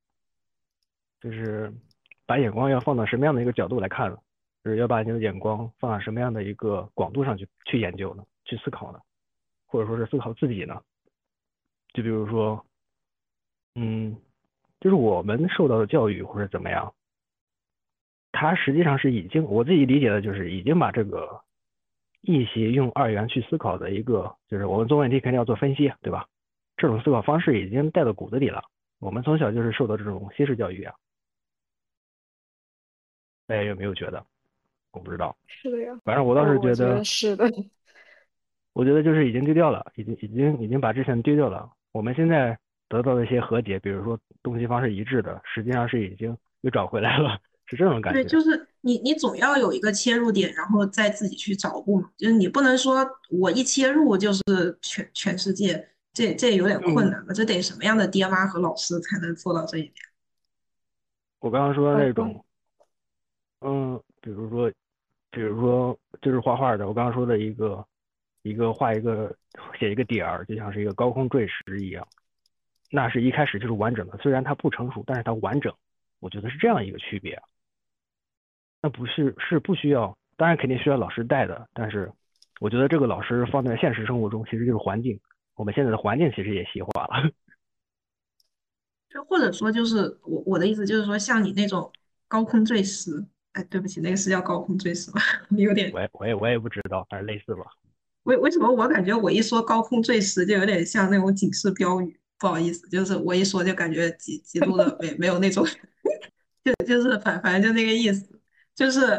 就是把眼光要放到什么样的一个角度来看了，就是要把你的眼光放到什么样的一个广度上去去研究呢，去思考呢，或者说是思考自己呢？就比如说，嗯，就是我们受到的教育或者怎么样，它实际上是已经我自己理解的就是已经把这个一些用二元去思考的一个，就是我们做问题肯定要做分析，对吧？这种思考方式已经带到骨子里了。我们从小就是受到这种西式教育啊，大家有没有觉得？我不知道， 是的呀， 反正我倒是我我觉得觉得， 是的。 我觉得就是已经丢掉了，已经已经已经把之前丢掉了。我们现在得到的一些和解，比如说东西方是一致的，实际上是已经又找回来了，是这种感对， 觉。 就是你你总要有一个切入点，然后再自己去找补嘛，就是你不能说我一切入就是全全世界，这这有点困嗯， 难了，这得什么样的爹妈和老师才能做到这一点？ 我刚刚说的呃，不， 那种，嗯，比如说，比如说就是画画的，我刚刚说的一个一个画一个写一个点儿，就像是一个高空坠石一样，那是一开始就是完整的，虽然它不成熟，但是它完整，我觉得是这样一个区别啊。那不是是不需要，当然肯定需要老师带的，但是我觉得这个老师放在现实生活中其实就是环境，我们现在的环境其实也细化了。 就或者说就是我我的意思就是说，像你那种高空坠石，哎，对不起，那个是叫高空坠石吗？你有点我也我也我也不知道，反正类似吧。 为为什么我感觉我一说高空坠石就有点像那种警示标语？不好意思，就是我一说就感觉极极度的没没有那种，就就是反反正就那个意思，就是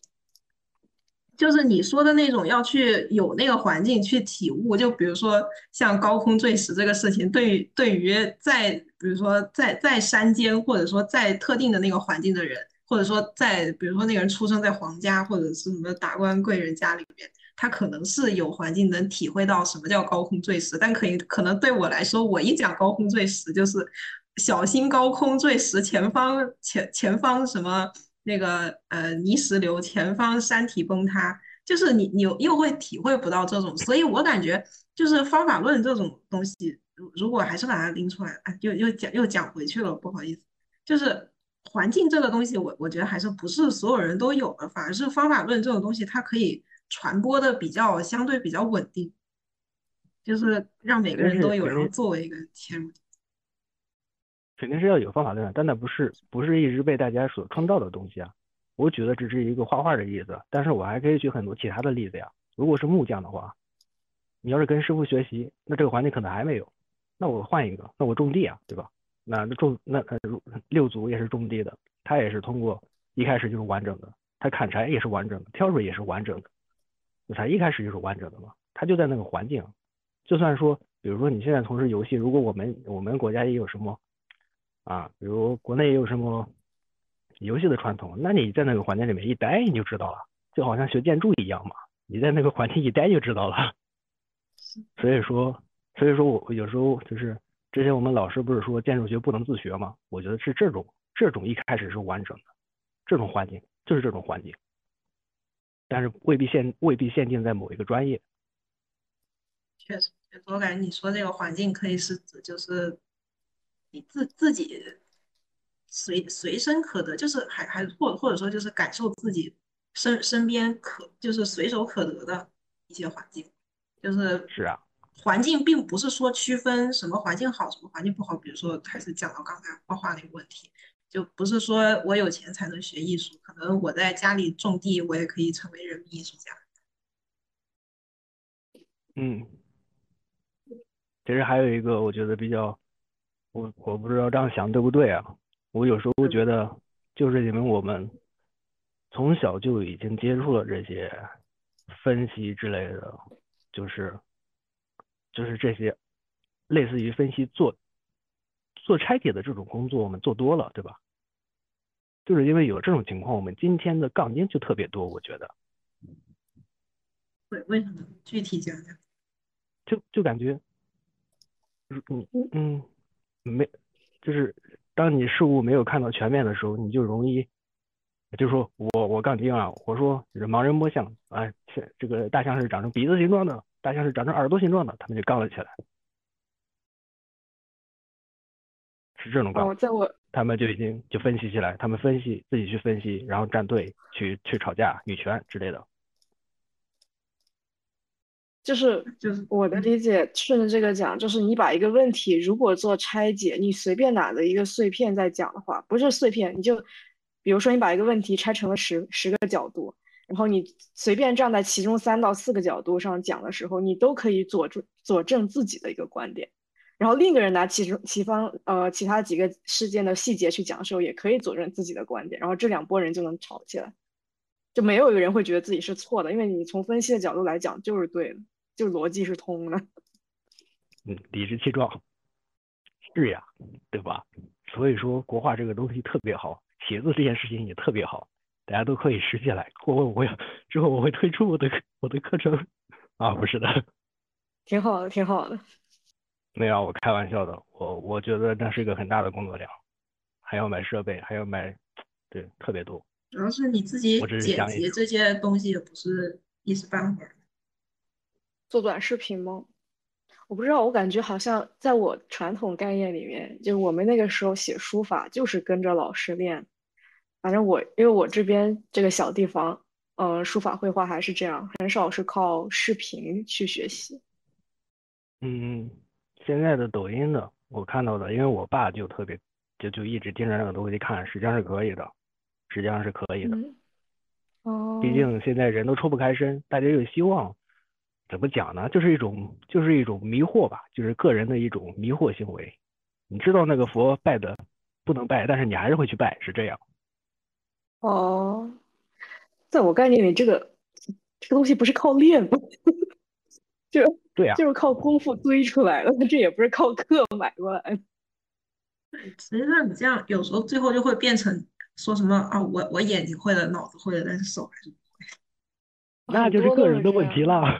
就是你说的那种要去有那个环境去体悟，就比如说像高空坠石这个事情，对于对于在比如说在在山间，或者说在特定的那个环境的人，或者说在比如说那个人出生在皇家或者是什么达官贵人家里面，他可能是有环境能体会到什么叫高空坠石，但可以可能对我来说，我一讲高空坠石就是小心高空坠石，前方前前方什么那个呃泥石流，前方山体崩塌，就是你你又会体会不到这种，所以我感觉就是方法论这种东西，如如果还是把它拎出来，啊，又又讲又讲回去了，不好意思，就是环境这个东西我，我觉得还是不是所有人都有的，反而是方法论这种东西，它可以传播的比较相对比较稳定，就是让每肯定个人都有，然后是肯定作为一个切入点。 肯定是要有方法论，但那不是不是一直被大家所创造的东西啊。我举的只是一个画画的例子，但是我还可以举很多其他的例子呀。如果是木匠的话，你要是跟师傅学习，那这个环境可能还没有，那我换一个，那我种地啊，对吧？那那种那呃六祖也是种地的，他也是通过一开始就是完整的，他砍柴也是完整的，挑水也是完整的，他一开始就是完整的嘛，他就在那个环境。就算说，比如说你现在从事游戏，如果我们我们国家也有什么啊，比如国内也有什么游戏的传统，那你在那个环境里面一待你就知道了，就好像学建筑一样嘛，你在那个环境一待就知道了。所以说，所以说我有时候就是之前我们老师不是说建筑学不能自学吗？我觉得是这种这种一开始是完整的，这种环境就是这种环境，但是未必限未必限定在某一个专业。 确实，我感觉你说这个环境可以是指就是你自自己随随身可得，就是还还或或者说就是感受自己身身边可就是随手可得的一些环境，就是是啊， 环境并不是说区分什么环境好，什么环境不好。比如说，还是讲到刚才画画那个问题，就不是说我有钱才能学艺术，可能我在家里种地，我也可以成为人民艺术家。 嗯，其实还有一个我觉得比较，我我不知道这样想对不对啊？我有时候觉得，就是因为我们从小就已经接触了这些分析之类的，就是就是这些类似于分析做做拆解的这种工作，我们做多了，对吧？就是因为有这种情况，我们今天的杠精就特别多，我觉得为为什么？具体讲讲。 就就感觉，嗯嗯，没，就是当你事物没有看到全面的时候，你就容易，就说我我杠精啊，我说就是盲人摸象啊，这这个大象是长成鼻子形状的，大象是长成耳朵形状的，他们就杠了起来，是这种杠， 哦，在我他们就已经就分析起来，他们分析自己去分析，然后站队去去吵架、女权之类的。 就是就是我的理解，顺着这个讲，就是你把一个问题如果做拆解，你随便哪的一个碎片在讲的话，不是碎片，你就比如说你把一个问题拆成了十十个角度，然后你随便站在其中三到四个角度上讲的时候，你都可以佐证佐证自己的一个观点，然后另一个人拿其中其方呃其他几个事件的细节去讲的时候，也可以佐证自己的观点，然后这两拨人就能吵起来。就没有一个人会觉得自己是错的，因为你从分析的角度来讲就是对的，就逻辑是通的。 嗯，理直气壮，是呀，对吧？所以说国画这个东西特别好，写字这件事情也特别好，大家都可以实践来。我我要之后我会推出我的我的课程啊，不是的， 挺好的，挺好的。 没有，我开玩笑的。我我觉得那是一个很大的工作量，还要买设备，还要买，对，特别多。 主要是你自己我只是剪想一， 辑这些东西也不是一时半会儿。 做短视频吗？我不知道，我感觉好像在我传统概念里面，就是我们那个时候写书法就是跟着老师练。反正我因为我这边这个小地方，呃，书法绘画还是这样，很少是靠视频去学习。 嗯，现在的抖音的我看到的，因为我爸就特别就就一直盯着那个东西看，实际上是可以的，实际上是可以的。 嗯，哦， 毕竟现在人都抽不开身，大家有希望，怎么讲呢？就是一种就是一种迷惑吧，就是个人的一种迷惑行为。你知道那个佛拜的不能拜，但是你还是会去拜，是这样。 哦，在我概念里，这个这个东西不是靠练的，就对呀、 就是靠功夫堆出来的，这也不是靠课买过来的。 实际上你这样有时候最后就会变成说什么啊，我我眼睛会了，脑子会了，但是手还是那就是很多都个人的问题是这样。 了，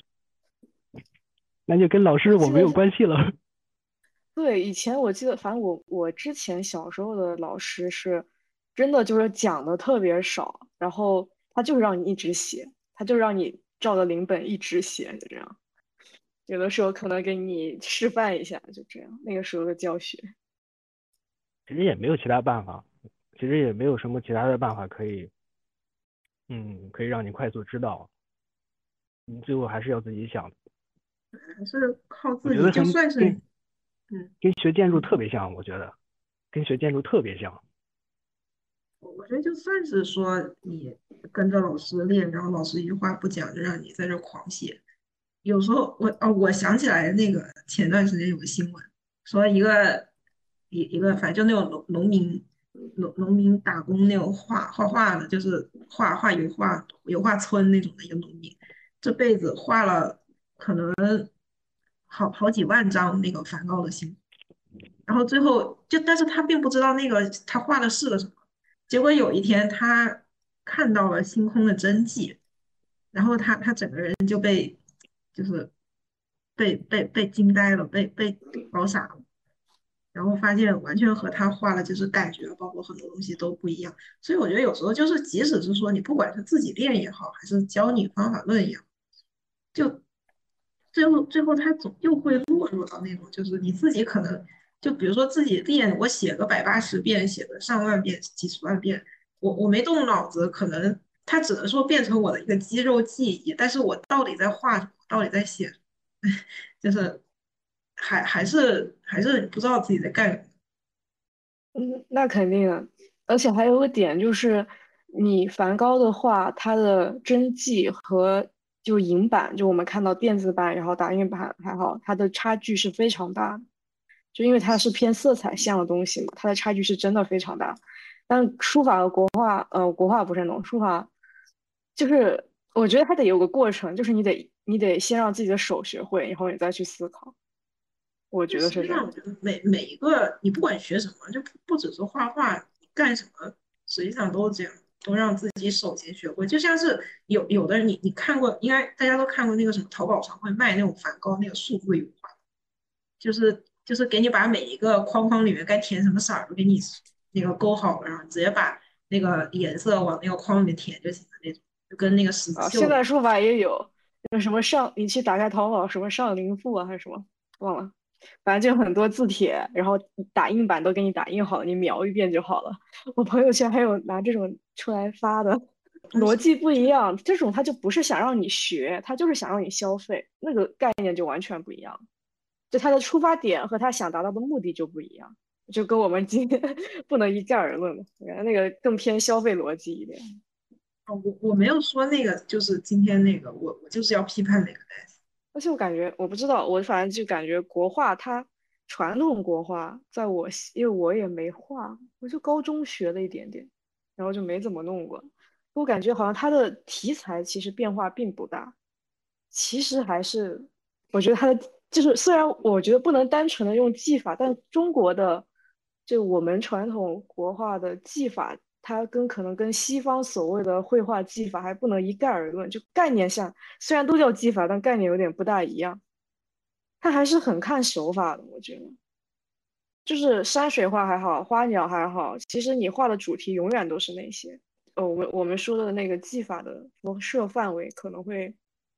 那就跟老师我没有我记得关系了。 对，以前我记得，反正我我之前小时候的老师是真的就是讲的特别少，然后他就是让你一直写，他就让你照着灵本一直写，就这样。有的时候可能给你示范一下，就这样。那个时候的教学， 其实也没有其他办法，其实也没有什么其他的办法可以，嗯，可以让你快速知道，你最后还是要自己想。 还是靠自己， 我觉得很就算是跟嗯。 跟学建筑特别像，我觉得跟学建筑特别像。 我觉得就算是说你跟着老师练，然后老师一句话不讲就让你在这儿狂写，有时候我哦，我想起来那个前段时间有个新闻，说一个一一个反正就那种农农民农农民打工那种画画画的，就是画画油画油画村那种的一个农民，这辈子画了可能好好几万张那个梵高的星，然后最后就但是他并不知道那个他画的是个什么。结果有一天他看到了星空的真迹，然后他他整个人就被就是被被被惊呆了，被被搞傻了，然后发现完全和他画的就是感觉，包括很多东西都不一样。所以我觉得有时候就是，即使是说你不管是自己练也好，还是教你方法论也好，就最后最后他总又会落入到那种，就是你自己可能就比如说自己练，我写个百八十遍，写个上万遍、几十万遍，我我没动脑子，可能它只能说变成我的一个肌肉记忆，但是我到底在画什么，到底在写什么，就是还还是还是不知道自己在干什么。 嗯，那肯定的。而且还有个点就是，你梵高的画，它的真迹和就银版，就我们看到电子版，然后打印版还好，它的差距是非常大的。就因为它是偏色彩像的东西嘛，它的差距是真的非常大。但书法和国画，呃，国画不是那种书法，就是我觉得它得有个过程，就是你得你得先让自己的手学会，然后你再去思考。我觉得就实际上，我是这样。 觉得每每一个你不管学什么，就不不只是画画，你干什么，实际上都是这样，都让自己首先学会。就像是有有的人，你你看过，应该大家都看过那个什么淘宝上会卖那种梵高那个数字油画，就是就是给你把每一个框框里面该填什么色儿都给你那个勾好了，然后直接把那个颜色往那个框里面填就行了那种，就跟那个十字啊， 绣一样。 现代书法也有，那个什么上，你去打开淘宝，什么上林赋啊，还是什么，忘了，反正就很多字帖，然后打印版都给你打印好了，你描一遍就好了。我朋友圈还有拿这种出来发的， 但是逻辑不一样，这种他就不是想让你学，他就是想让你消费，那个概念就完全不一样，就他的出发点和他想达到的目的就不一样，就跟我们今天不能一概而论了，那个更偏消费逻辑一点。 哦，我我没有说那个，就是今天那个，我我就是要批判那个。 而且我感觉，我不知道，我反正就感觉国画它传统国画，在我因为我也没画，我就高中学了一点点，然后就没怎么弄过。我感觉好像它的题材其实变化并不大，其实还是我觉得它的就是虽然我觉得不能单纯的用技法，但中国的就我们传统国画的技法，它跟可能跟西方所谓的绘画技法还不能一概而论，就概念上虽然都叫技法，但概念有点不大一样。它还是很看手法的，我觉得。就是山水画还好，花鸟还好，其实你画的主题永远都是那些。呃，我们我们说的那个技法的辐射范围可能会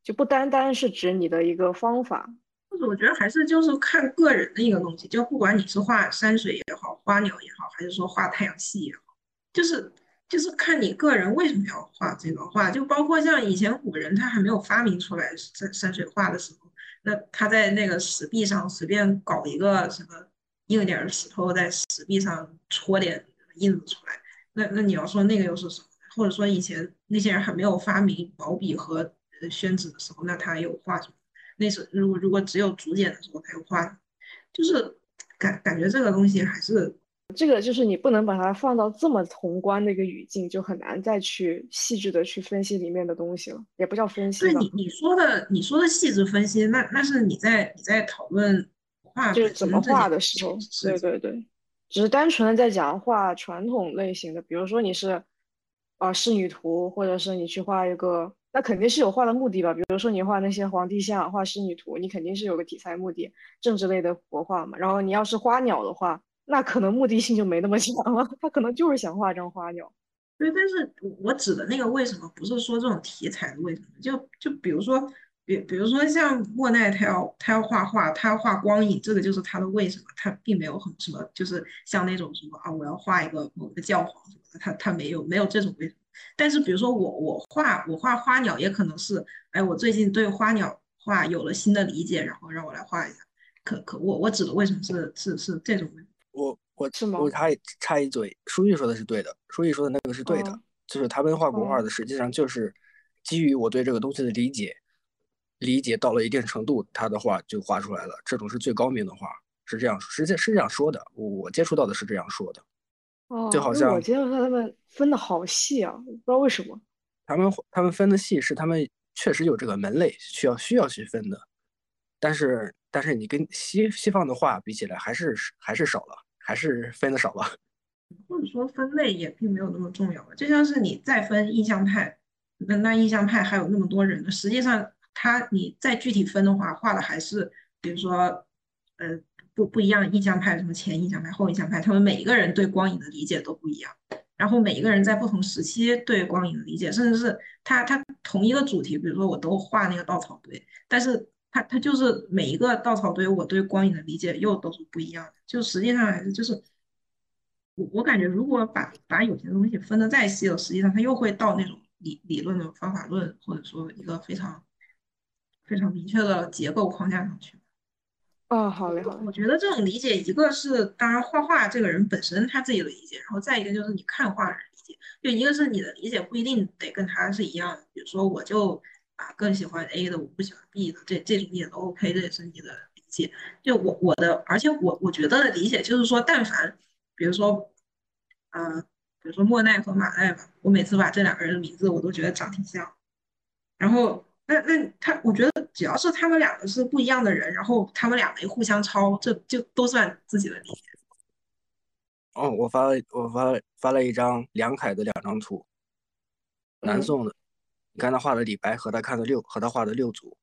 就不单单是指你的一个方法。 就是我觉得还是就是看个人的一个东西，就不管你是画山水也好，花鸟也好，还是说画太阳系也好，就是就是看你个人为什么要画这个画。就包括像以前古人他还没有发明出来山山水画的时候，那他在那个石壁上随便搞一个什么硬点的石头，在石壁上戳点印子出来，那那你要说那个又是什么？或者说以前那些人还没有发明毛笔和呃宣纸的时候，那他有画什么？那是如果如果只有竹简的时候才有画，就是感感觉这个东西还是这个就是你不能把它放到这么宏观的一个语境，就很难再去细致的去分析里面的东西了，也不叫分析吧， 对你你说的你说的细致分析，那那是你在你在讨论画就是本身这件怎么画的时候， 事情。 对对对，只是单纯的在讲画传统类型的，比如说你是啊仕女图，或者是你去画一个，那肯定是有画的目的吧，比如说你画那些皇帝像、画仕女图，你肯定是有个题材目的，政治类的国画嘛。然后你要是花鸟的话，那可能目的性就没那么强了，他可能就是想画张花鸟。 对，但是我指的那个为什么不是说这种题材的为什么，就就比如说，比比如说像莫奈他要他要画画，他要画光影，这个就是他的为什么，他并没有很什么，就是像那种什么啊，我要画一个某个教皇什么的，他他没有没有这种为什么。但是比如说我我画我画花鸟，也可能是，哎，我最近对花鸟画有了新的理解，然后让我来画一下。可可我我指的为什么是是是这种为什么？ 我我是吗？ 我插一插一嘴，书记说的是对的，书记说的那个是对的， 嗯就是他们画国画嗯的，实际上就是基于我对这个东西的理解，理解到了一定程度，他的画就画出来了，这种是最高明的画，是这样，实际是这样说的，我我接触到的是这样说的，就哦，因为我好像觉得他们分的好细啊，不知道为什么。 他们他们分的细是他们确实有这个门类需要需要去分的，但是但是你跟西西方的画比起来，还是还是少了，还是分的少了。 或者说分类也并没有那么重要吧。就像是你再分印象派，那那印象派还有那么多人呢，实际上他你再具体分的话，画的还是比如说呃不不一样的印象派，什么前印象派、后印象派，他们每一个人对光影的理解都不一样。然后每一个人在不同时期对光影的理解，甚至是他他同一个主题，比如说我都画那个稻草堆，但是他他就是每一个稻草堆，我对光影的理解又都是不一样的。就实际上还是就是我我感觉，如果把把有些东西分得再细了，实际上它又会到那种理理论的方法论，或者说一个非常非常明确的结构框架上去。 哦，好嘞好嘞。 我觉得这种理解，一个是当然画画这个人本身他自己的理解，然后再一个就是你看画的人理解。就一个是你的理解不一定得跟他是一样的，比如说我就啊更喜欢 A 的，我不喜欢 B 的，这这种也都 OK，这也是你的理解。就我我的，而且我我觉得的理解就是说，但凡比如说呃，比如说莫奈和马奈吧，我每次把这两个人的名字我都觉得长挺像。然后那那他，我觉得只要是他们两个是不一样的人，然后他们俩没互相抄，这就都算自己的理解。 哦，我发了我发发了一张梁楷的两张图，南嗯， 宋的，你看他画的李白和他看的六和他画的六祖，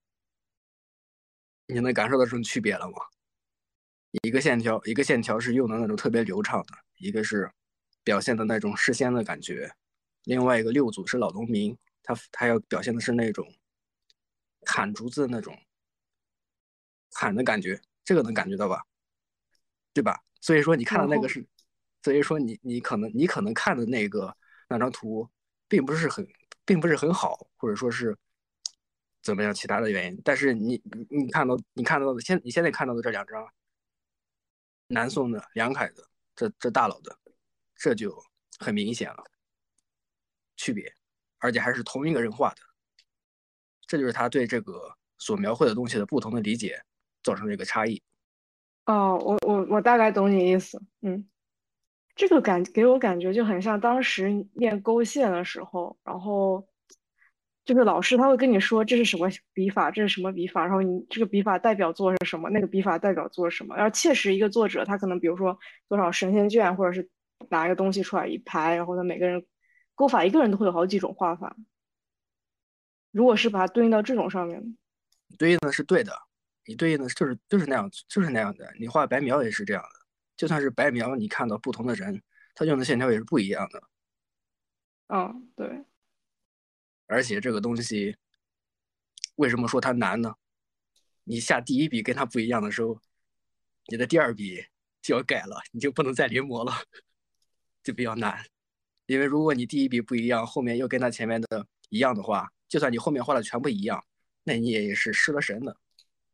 你能感受到这种区别了吗？一个线条一个线条是用的那种特别流畅的，一个是表现的那种诗仙的感觉，另外一个六祖是老农民，他他要表现的是那种砍竹子的那种砍的感觉，这个能感觉到吧？对吧？所以说你看的然后那个是，所以说你你可能你可能看的那个那张图，并不是很并不是很好，或者说是怎么样其他的原因，但是你你你看到你看到的现你现在看到的这两张南宋的梁楷的这这大佬的，这就很明显了区别，而且还是同一个人画的，这就是他对这个所描绘的东西的不同的理解造成的一个差异。 哦，我我我大概懂你意思。嗯，这个感给我感觉就很像当时练勾线的时候，然后就是老师他会跟你说这是什么笔法，这是什么笔法，然后你这个笔法代表作是什么，那个笔法代表作是什么。然后切实一个作者他可能比如说多少神仙卷，或者是拿一个东西出来一排，然后他每个人勾法，一个人都会有好几种画法。如果是把它对应到这种上面， 对应的是对的，你对应的就是就是那样，就是那样的。你画白描也是这样的，就算是白描，你看到不同的人，他用的线条也是不一样的。 嗯，对。 而且这个东西为什么说它难呢？你下第一笔跟它不一样的时候，你的第二笔就要改了，你就不能再临摹了，就比较难。因为如果你第一笔不一样，后面又跟它前面的一样的话，就算你后面画的全部一样，那你也是失了神的。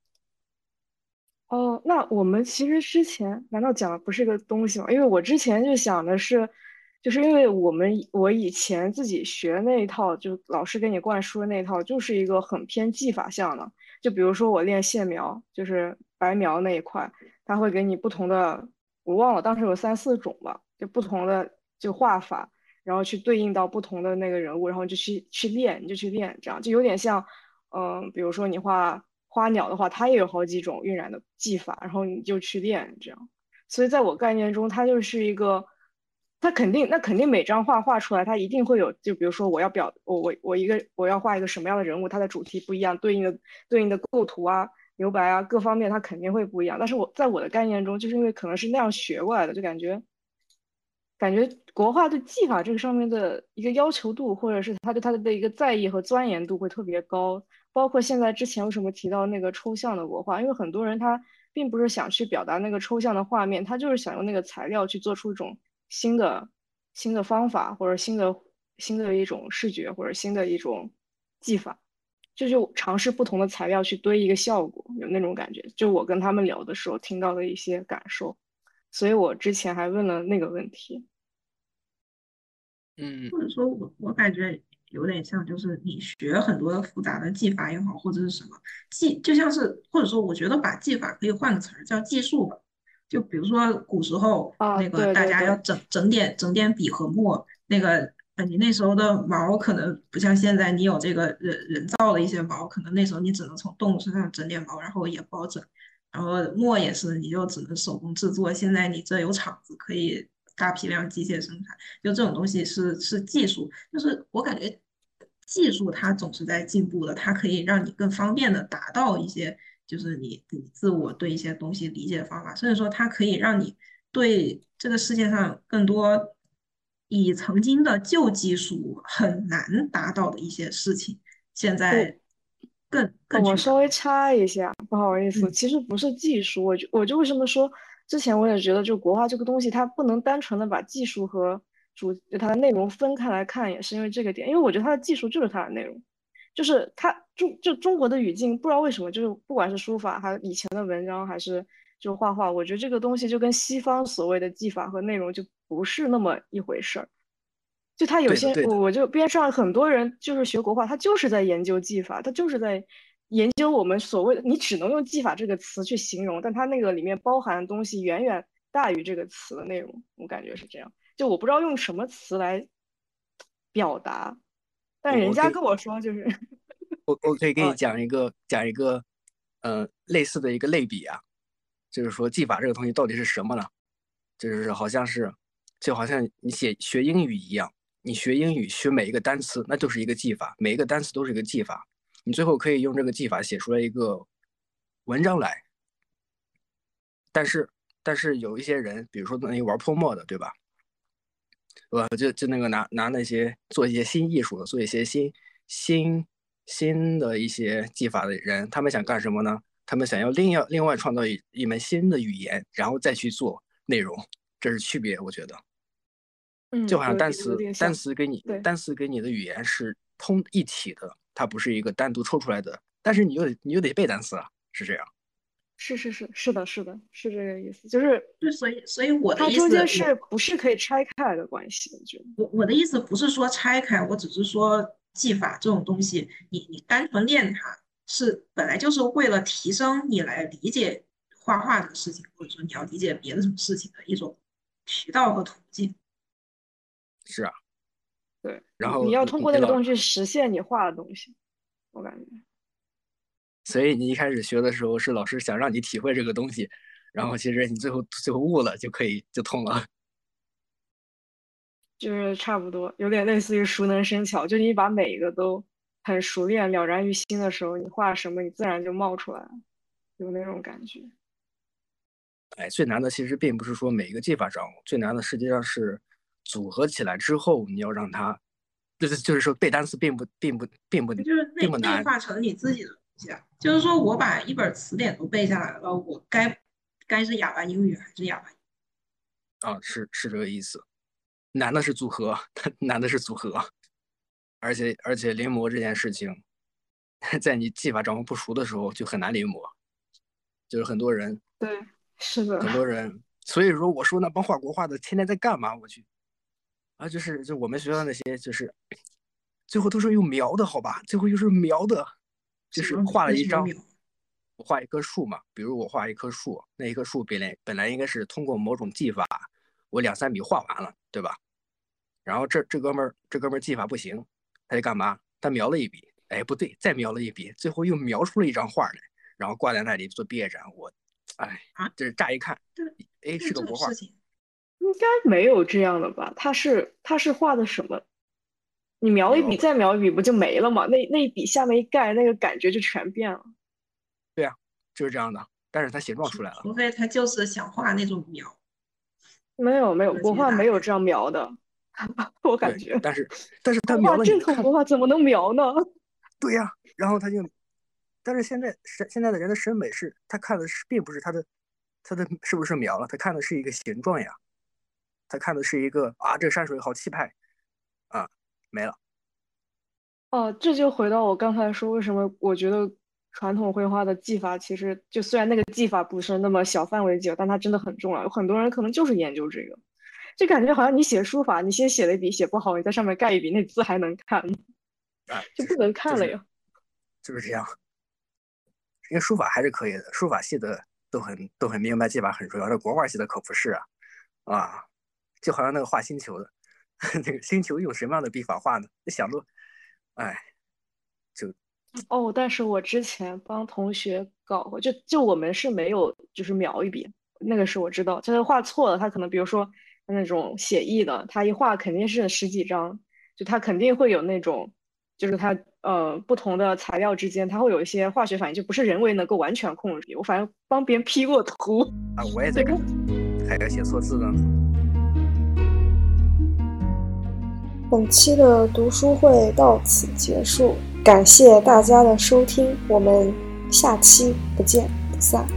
哦，那我们其实之前难道讲的不是个东西吗？因为我之前就想的是，就是因为我们我以前自己学那一套，就老师给你灌输的那一套，就是一个很偏技法向的。就比如说我练线描，就是白描那一块，他会给你不同的，我忘了当时有三四种吧，就不同的就画法，然后去对应到不同的那个人物，然后就去去练，你就去练，这样就有点像。嗯，比如说你画花鸟的话，它也有好几种晕染的技法，然后你就去练这样。所以在我概念中，它就是一个，它肯定，那肯定每张画画出来，它一定会有，就比如说我要表我我我一个我要画一个什么样的人物，它的主题不一样，对应的对应的构图啊、留白啊各方面，它肯定会不一样。但是我在我的概念中，就是因为可能是那样学过来的，就感觉。感觉国画对技法这个上面的一个要求度，或者是他对他的一个在意和钻研度会特别高。包括现在之前为什么提到那个抽象的国画，因为很多人他并不是想去表达那个抽象的画面，他就是想用那个材料去做出一种新的新的方法，或者新的新的一种视觉，或者新的一种技法，这就尝试不同的材料去堆一个效果，有那种感觉。就我跟他们聊的时候听到的一些感受。所以我之前还问了那个问题。 嗯， 或者说我我感觉有点像，就是你学很多复杂的技法也好，或者是什么技，就像是或者说，我觉得把技法可以换个词儿叫技术吧。就比如说古时候啊， 那个大对对对， 家要整整点整点笔和墨，那个呃你那时候的毛可能不像现在，你有这个人人造的一些毛，可能那时候你只能从动物身上整点毛，然后也不好整。然后墨也是，你就只能手工制作。现在你这有厂子可以大批量机械生产。就这种东西是是技术，就是我感觉技术它总是在进步的，它可以让你更方便的达到一些就是你你自我对一些东西理解的方法，甚至说它可以让你对这个世界上更多以曾经的旧技术很难达到的一些事情，现我在更哦， 更去达到。 我稍微插一下，不好意思， 嗯， 其实不是技术，我就我就为什么说之前我也觉得，就国画这个东西，它不能单纯的把技术和主就它的内容分开来看，也是因为这个点，因为我觉得它的技术就是它的内容，就是它中就中国的语境，不知道为什么，就是不管是书法，还有以前的文章，还是就画画，我觉得这个东西就跟西方所谓的技法和内容就不是那么一回事儿。就他有对的， 些， 对的， 我我就边上很多人就是学国画，他就是在研究技法，他就是在研究我们所谓的，你只能用技法这个词去形容，但它那个里面包含的东西远远大于这个词的内容，我感觉是这样。就我不知道用什么词来表达，但人家我我可以跟我说就是， 我我可以给你啊， 讲一个讲一个呃类似的一个类比啊，就是说技法这个东西到底是什么呢？就是好像是就好像你写学英语一样，你学英语学每一个单词，那就是一个技法，每一个单词都是一个技法，你最后可以用这个技法写出来一个文章来。但是但是有一些人，比如说那些玩泼墨的，对吧？呃，就就那个拿拿那些做一些新艺术的，做一些新新新的一些技法的人，他们想干什么呢？他们想要另要另外创造一一门新的语言，然后再去做内容，这是区别，我觉得。就嗯， 好像有有有单词单点像， 词跟你对， 单词跟你的语言是通一体的，它不是一个单独抽出来的，但是你又得你又得背单词啊，是这样。 是是是是的是的是这个意思，就是就所以所以我的它中间意思，我是不是可以拆开来的关系？我觉得。 我我的意思不是说拆开，我只是说技法这种东西，你你单纯练它是本来就是为了提升你来理解画画这个事情，或者说你要理解别的什么事情的一种渠道和途径。 是啊， 对你，你然后要你你老通过那个东西去实现你画的东西，我感觉所以你一开始学的时候是老师想让你体会这个东西，然后其实你最后最后悟了就可以就通了。 就是差不多，有点类似于熟能生巧，就你把每一个都很熟练、了然于心的时候，你画什么，你自然就冒出来了，有那种感觉。 哎，最难的其实并不是说每一个技法掌握，最难的实际上是组合起来之后，你要让它就是就是说背单词并不并不并不就是内并不难内化成你自己的东西啊。就是说我把一本词典都背下来了，我该该是哑巴英语还是哑巴英语？ 啊，是是这个意思。难的是组合，难的是组合，而且而且临摹这件事情，在你技法掌握不熟的时候就很难临摹。就是很多人， 对，是的， 很多人，所以说我说那帮画国画的天天在干嘛？我去啊，就是就我们学校那些就是最后都是用描的，好吧？最后又是描的，就是画了一张，我画一棵树嘛，比如我画一棵树，那一棵树本来本来应该是通过某种技法，我两三笔画完了，对吧？然后这这哥们儿这哥们儿技法不行，他就干嘛？他描了一笔，哎，不对，再描了一笔，最后又描出了一张画来，然后挂在那里做毕业展。我，哎，这是乍一看，哎，是个国画。 应该没有这样的吧？他是他是画的什么？你描一笔再描一笔不就没了吗？那那一笔下面一盖，那个感觉就全变了。 对啊，就是这样的。但是他形状出来了， 除非他就是想画那种描。 没有没有，国画没有这样描的，我感觉。 但是但是他描了， 正统国画怎么能描呢？ 对呀、啊，然后他就，但是现在现在的人的审美是，他看的是并不是他的他的是不是描了，他看的是一个形状呀，他看的是一个啊，这个山水好气派啊，没了。 哦，这就回到我刚才说，为什么我觉得传统绘画的技法其实就虽然那个技法不是那么小范围技法，但它真的很重要。有很多人可能就是研究这个，就感觉好像你写书法，你先写了一笔写不好，你在上面盖一笔，那字还能看吗？ 哎， 就不能看了呀。 就是、就是这样，因为书法还是可以的，书法系的都很都很明白技法很重要，这国画系的可不是啊啊！就好像那个画星球的，那个星球用什么样的笔法画呢？你想都，哎，就哦，但是我之前帮同学搞过，就就我们是没有就是描一笔，那个是我知道，就是画错了，他可能比如说那种写意的，他一画肯定是十几张，就他肯定会有那种，就是他呃不同的材料之间，它会有一些化学反应，就不是人为能够完全控制。我反正帮别人 P 过图啊，我也在看，还有写错字呢。 本期的读书会到此结束，感谢大家的收听，我们下期不见不散。